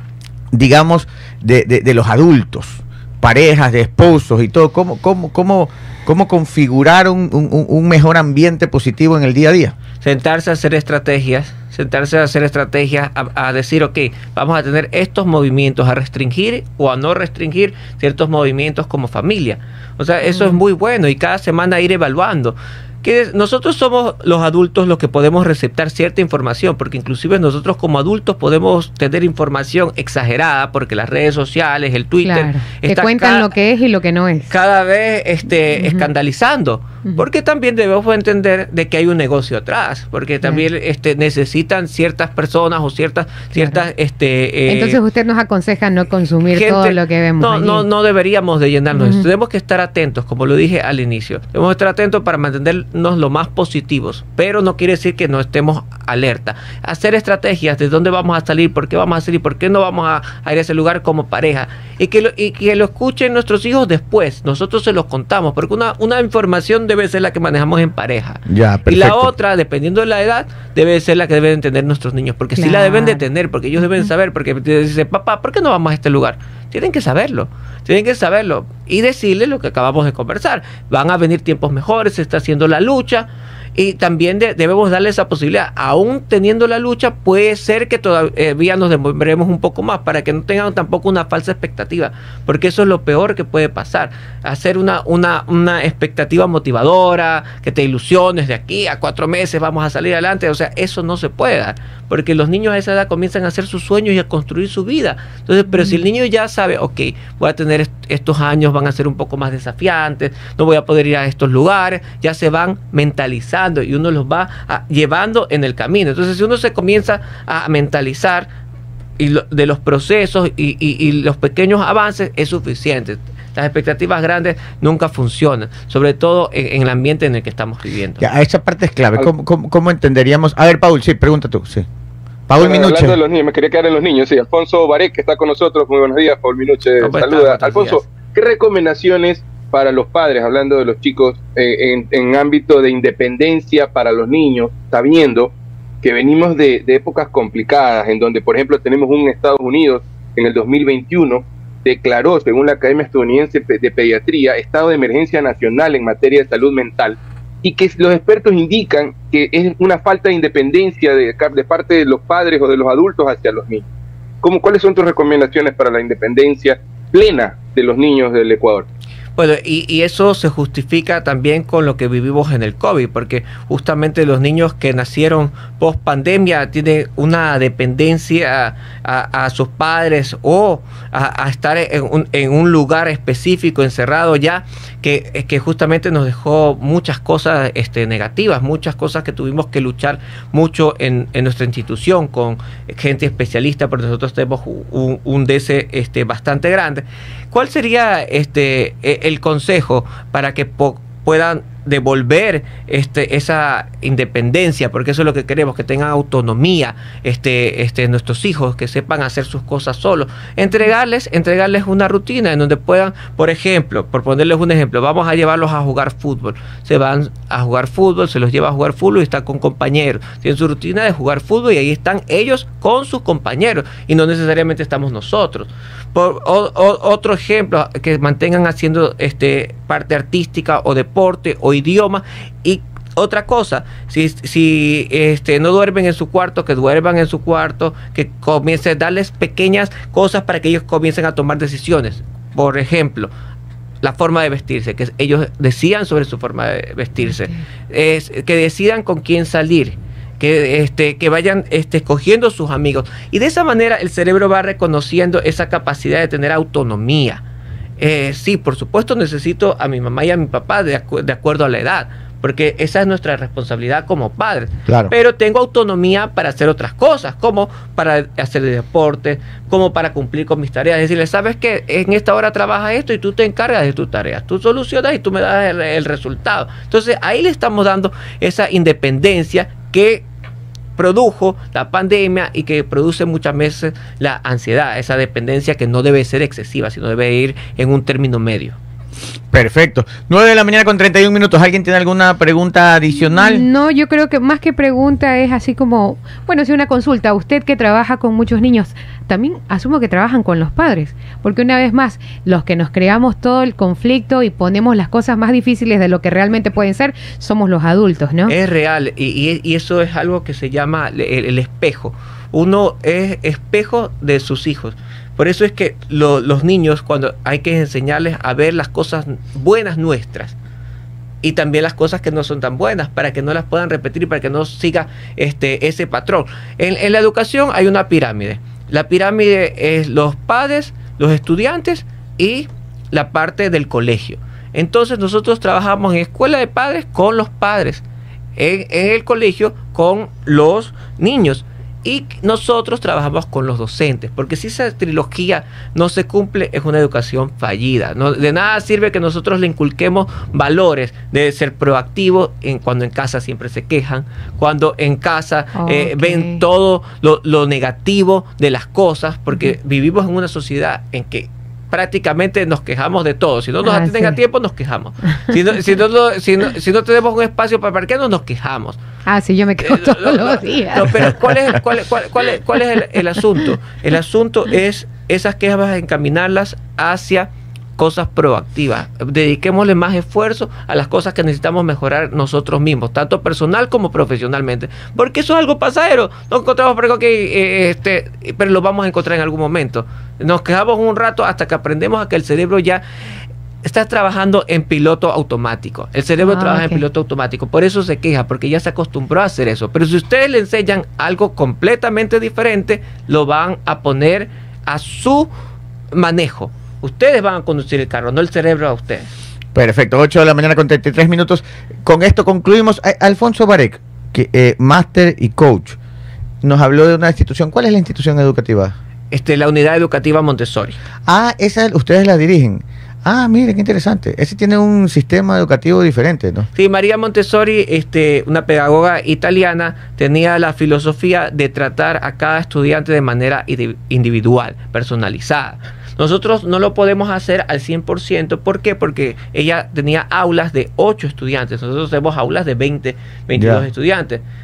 A: digamos, de, de, de los adultos, parejas, de esposos y todo, ¿cómo, cómo, cómo, cómo configurar un, un, un mejor ambiente positivo en el día a día?
I: Sentarse a hacer estrategias, sentarse a hacer estrategias, a, a decir, ok, vamos a tener estos movimientos, a restringir o a no restringir ciertos movimientos como familia. O sea, eso uh-huh. es muy bueno y cada semana ir evaluando. Que nosotros somos los adultos los que podemos receptar cierta información, porque inclusive nosotros como adultos podemos tener información exagerada, porque las redes sociales, el Twitter,
C: claro, te cuentan cada, lo que es y lo que no es.
I: Cada vez este, uh-huh. escandalizando, uh-huh. porque también debemos entender de que hay un negocio atrás, porque también claro. este, necesitan ciertas personas o ciertas... ciertas claro. este,
C: eh, Entonces usted nos aconseja no consumir gente, todo lo que vemos.
I: No,
C: allí.
I: no, no deberíamos de llenarnos. Uh-huh. Tenemos que estar atentos, como lo dije al inicio. Debemos estar atentos para mantener lo más positivos, pero no quiere decir que no estemos alerta. Hacer estrategias de dónde vamos a salir, por qué vamos a salir, por qué no vamos a, a ir a ese lugar como pareja, y que lo, y que lo escuchen nuestros hijos después. Nosotros se los contamos, porque una, una información debe ser la que manejamos en pareja.
A: Ya,
I: y la otra, dependiendo de la edad, debe ser la que deben tener nuestros niños, porque claro. sí la deben de tener, porque ellos deben saber, porque dicen, papá, ¿por qué no vamos a este lugar? Tienen que saberlo, tienen que saberlo y decirles lo que acabamos de conversar. Van a venir tiempos mejores, se está haciendo la lucha y también de, debemos darle esa posibilidad. Aún teniendo la lucha, puede ser que todavía nos demoremos un poco más para que no tengan tampoco una falsa expectativa, porque eso es lo peor que puede pasar. Hacer una, una, una expectativa motivadora, que te ilusiones de aquí a cuatro meses vamos a salir adelante, o sea, eso no se puede dar, porque los niños a esa edad comienzan a hacer sus sueños y a construir su vida. Entonces, pero mm. si el niño ya sabe, ok, voy a tener est estos años, van a ser un poco más desafiantes, no voy a poder ir a estos lugares, ya se van mentalizando y uno los va a, llevando en el camino. Entonces, si uno se comienza a mentalizar y lo, de los procesos y, y, y los pequeños avances, es suficiente. Las expectativas grandes nunca funcionan, sobre todo en, en el ambiente en el que estamos viviendo.
A: Ya, esa parte es clave. ¿Cómo, cómo, cómo entenderíamos? A ver, Paul, sí, pregunta tú. Sí. Paul
B: bueno,
A: Minuche.
B: Hablando de los niños, me quería quedar en los niños. Sí, Alfonso Barek, que está con nosotros. Muy buenos días, Paul Minuche. Saluda. Alfonso, días. ¿Qué recomendaciones para los padres, hablando de los chicos, eh, en, en ámbito de independencia para los niños, sabiendo que venimos de, de épocas complicadas, en donde, por ejemplo, tenemos un Estados Unidos en el dos mil veintiuno, declaró, según la Academia Estadounidense de Pediatría, estado de emergencia nacional en materia de salud mental, y que los expertos indican que es una falta de independencia de, de parte de los padres o de los adultos hacia los niños. ¿Cómo, ¿Cuáles son tus recomendaciones para la independencia plena de los niños del Ecuador?
I: Bueno, y, y eso se justifica también con lo que vivimos en el COVID, porque justamente los niños que nacieron post pandemia tienen una dependencia a, a, a sus padres o a, a estar en un, en un lugar específico, encerrado ya, que, que justamente nos dejó muchas cosas este, negativas, muchas cosas que tuvimos que luchar mucho en, en nuestra institución con gente especialista, porque nosotros tenemos un, un D S este, bastante grande. ¿Cuál sería este el consejo para que po puedan devolver este esa independencia? Porque eso es lo que queremos, que tengan autonomía este este nuestros hijos, que sepan hacer sus cosas solos. Entregarles entregarles una rutina en donde puedan, por ejemplo, por ponerles un ejemplo, vamos a llevarlos a jugar fútbol. Se van a jugar fútbol, se los lleva a jugar fútbol y están con compañeros. Tienen su rutina de jugar fútbol y ahí están ellos con sus compañeros y no necesariamente estamos nosotros. Por o, o, otro ejemplo, que mantengan haciendo este parte artística o deporte o idioma. Y otra cosa, si, si este, no duermen en su cuarto, que duerman en su cuarto, que comiencen a darles pequeñas cosas para que ellos comiencen a tomar decisiones. Por ejemplo, la forma de vestirse, que ellos decidan sobre su forma de vestirse, es, que decidan con quién salir, que, este, que vayan este, escogiendo sus amigos. Y de esa manera el cerebro va reconociendo esa capacidad de tener autonomía. Eh, sí, por supuesto necesito a mi mamá y a mi papá de, acu de acuerdo a la edad, porque esa es nuestra responsabilidad como padres.
A: Claro.
I: Pero tengo autonomía para hacer otras cosas, como para hacer deporte, como para cumplir con mis tareas. Decirle, ¿sabes qué? En esta hora trabaja esto y tú te encargas de tus tareas. Tú solucionas y tú me das el, el resultado. Entonces ahí le estamos dando esa independencia que produjo la pandemia y que produce muchas veces la ansiedad, esa dependencia que no debe ser excesiva, sino debe ir en un término medio.
A: Perfecto. nueve de la mañana con treinta y un minutos. ¿Alguien tiene alguna pregunta adicional?
C: No, yo creo que más que pregunta es así como, bueno, si una consulta, usted que trabaja con muchos niños, también asumo que trabajan con los padres, porque una vez más, los que nos creamos todo el conflicto y ponemos las cosas más difíciles de lo que realmente pueden ser, somos los adultos, ¿no?
I: Es real, y, y, y eso es algo que se llama el, el espejo. Uno es espejo de sus hijos. Por eso es que lo, los niños, cuando hay que enseñarles a ver las cosas buenas nuestras y también las cosas que no son tan buenas, para que no las puedan repetir y para que no siga este, ese patrón. En, en la educación hay una pirámide. La pirámide es los padres, los estudiantes y la parte del colegio. Entonces nosotros trabajamos en escuela de padres con los padres, en, en el colegio con los niños. Y nosotros trabajamos con los docentes, porque si esa trilogía no se cumple, es una educación fallida. No, de nada sirve que nosotros le inculquemos valores de ser proactivo en, cuando en casa siempre se quejan, cuando en casa okay. eh, ven todo lo, lo negativo de las cosas, porque uh-huh. vivimos en una sociedad en que prácticamente nos quejamos de todo. Si no nos ah, atienden sí. a tiempo, nos quejamos. Si no, si, no, si, no, si no tenemos un espacio para parquearnos, nos quejamos.
C: Ah, sí, yo me quejo todos eh, los días.
I: No, pero ¿cuál es, cuál, cuál, cuál es, cuál es el, el asunto? El asunto es esas quejas, vas a encaminarlas hacia cosas proactivas. Dediquémosle más esfuerzo a las cosas que necesitamos mejorar nosotros mismos, tanto personal como profesionalmente, porque eso es algo pasajero. No encontramos por que eh, este, pero lo vamos a encontrar en algún momento. Nos quejamos un rato hasta que aprendemos a que el cerebro ya está trabajando en piloto automático. El cerebro ah, trabaja okay. en piloto automático, por eso se queja, porque ya se acostumbró a hacer eso. Pero si ustedes le enseñan algo completamente diferente, lo van a poner a su manejo. Ustedes van a conducir el carro, no el cerebro a ustedes.
A: Perfecto, ocho de la mañana con treinta y tres minutos. Con esto concluimos. Alfonso Barek, que eh, máster y coach, nos habló de una institución. ¿Cuál es la institución educativa?
I: Este, la Unidad Educativa Montessori.
A: Ah, esa ustedes la dirigen. Ah, mire, qué interesante. Ese tiene un sistema educativo diferente, ¿no?
I: Sí, María Montessori, este, una pedagoga italiana, tenía la filosofía de tratar a cada estudiante de manera individual, personalizada. Nosotros no lo podemos hacer al cien por ciento. ¿Por qué? Porque ella tenía aulas de ocho estudiantes. Nosotros tenemos aulas de veinte, veintidós yeah. estudiantes.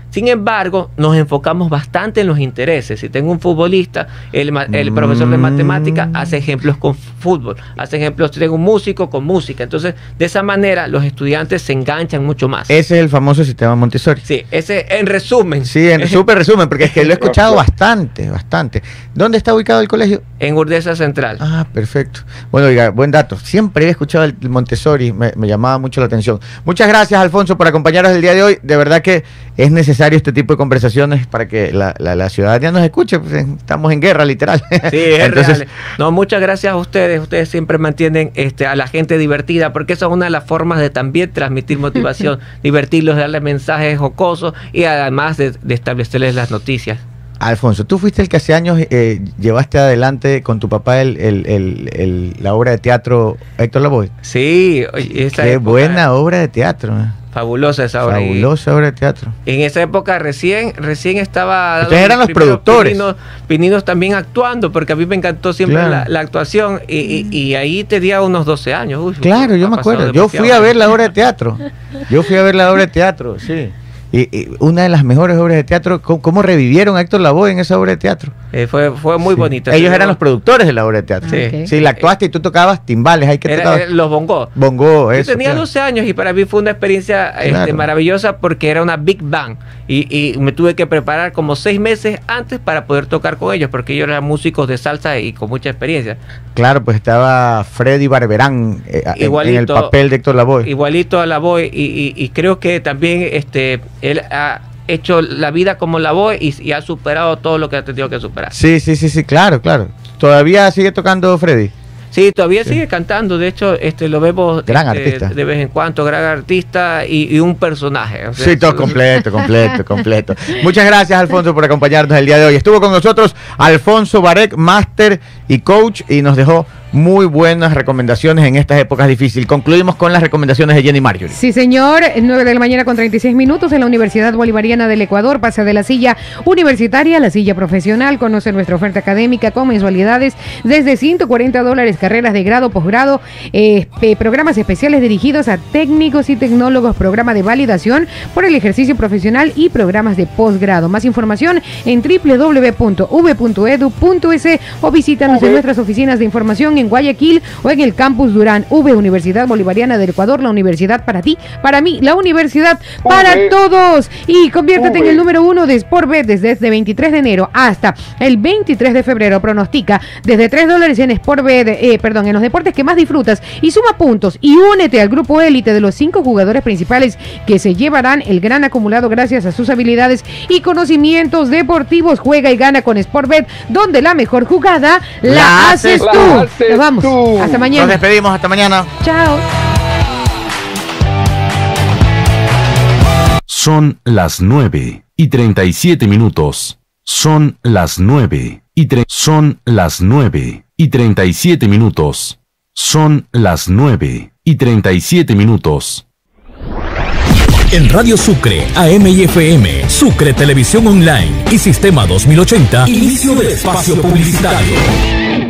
I: Sin embargo, nos enfocamos bastante en los intereses. Si tengo un futbolista, el, el profesor de matemática hace ejemplos con fútbol, hace ejemplos, si tengo un músico con música. Entonces, de esa manera, los estudiantes se enganchan mucho más.
A: Ese es el famoso sistema Montessori.
I: Sí, ese en resumen.
A: Sí, en súper resumen, porque es que lo he escuchado bastante, bastante. ¿Dónde está ubicado el colegio?
I: En Urdesa Central.
A: Ah, perfecto. Bueno, oiga, buen dato. Siempre he escuchado el Montessori, me, me llamaba mucho la atención. Muchas gracias, Alfonso, por acompañarnos el día de hoy. De verdad que es necesario este tipo de conversaciones para que la, la, la ciudadanía nos escuche. Pues estamos en guerra, literal.
I: Sí, es Entonces, real. No, muchas gracias a ustedes. Ustedes siempre mantienen este, a la gente divertida, porque esa es una de las formas de también transmitir motivación, divertirlos, darles mensajes jocosos y además de, de establecerles las noticias.
A: Alfonso, tú fuiste el que hace años eh, llevaste adelante con tu papá el, el, el, el, la obra de teatro Héctor Lavoe.
I: Sí, esa
A: qué
I: época,
A: buena obra de teatro. ¿eh?
I: Fabulosa esa obra.
A: Fabulosa obra de teatro.
I: En esa época recién recién estaba...
A: Ustedes eran los productores.
I: Pininos, pininos también actuando, porque a mí me encantó siempre claro. la, la actuación y, y, y ahí tenía unos doce años. Uy,
A: claro, yo me acuerdo. Yo fui a ver la obra de teatro. Yo fui a ver la obra de teatro, sí. Y, y una de las mejores obras de teatro, ¿cómo, cómo revivieron a Héctor Lavoe en esa obra de teatro?
I: Eh, fue, fue muy
A: sí.
I: bonita.
A: Ellos eran los productores de la obra de teatro.
I: Sí, okay.
A: Sí, la actuaste y tú tocabas timbales. Hay que
I: era, era los bongos.
A: Bongo, eso.
I: Yo tenía claro. doce años y para mí fue una experiencia claro. este, maravillosa porque era una big band y, y me tuve que preparar como seis meses antes para poder tocar con ellos porque ellos eran músicos de salsa y con mucha experiencia.
A: Claro, pues estaba Freddy Barberán eh, igualito, en el papel de Héctor Lavoe.
I: Igualito a Lavoe y, y, y creo que también este él ha hecho la vida como Lavoe y, y ha superado todo lo que ha tenido que superar.
A: Sí, sí, sí, sí, claro, claro. ¿Todavía sigue tocando Freddy?
I: Sí, todavía sí. sigue cantando, de hecho este lo vemos
A: gran
I: este,
A: artista.
I: de vez en cuando, gran artista y, y un personaje. O sea,
A: sí, todo completo, completo, completo. Muchas gracias, Alfonso, por acompañarnos el día de hoy. Estuvo con nosotros Alfonso Barec, máster y coach, y nos dejó muy buenas recomendaciones en estas épocas difíciles. Concluimos con las recomendaciones de Jenny Marjorie.
C: Sí, señor, nueve de la mañana con treinta y seis minutos en la Universidad Bolivariana del Ecuador. Pasa de la silla universitaria a la silla profesional. Conoce nuestra oferta académica con mensualidades desde ciento cuarenta dólares, carreras de grado, posgrado, eh, programas especiales dirigidos a técnicos y tecnólogos, programa de validación por el ejercicio profesional y programas de posgrado. Más información en doble u doble u doble u punto u v punto e d u punto e s o visítanos en nuestras oficinas de información en Guayaquil o en el campus Durán. V, Universidad Bolivariana del Ecuador, la universidad para ti, para mí, la universidad para Uve. todos. Y conviértete Uve. en el número uno de Sportbet desde este veintitrés de enero hasta el veintitrés de febrero. Pronostica desde tres dólares en Sportbet, eh, perdón, en los deportes que más disfrutas y suma puntos y únete al grupo élite de los cinco jugadores principales que se llevarán el gran acumulado gracias a sus habilidades y conocimientos deportivos. Juega y gana con Sportbet, donde la mejor jugada la, la haces tú. La haces Nos vamos. Tú. Hasta mañana.
A: Nos despedimos. Hasta mañana.
C: Chao.
J: Son las nueve y treinta y siete minutos. Son las nueve y tre Son las nueve y treinta y siete minutos. Son las nueve y treinta y siete minutos.
K: En Radio Sucre, A M y F M, Sucre Televisión Online y Sistema dos mil ochenta, inicio de espacio publicitario.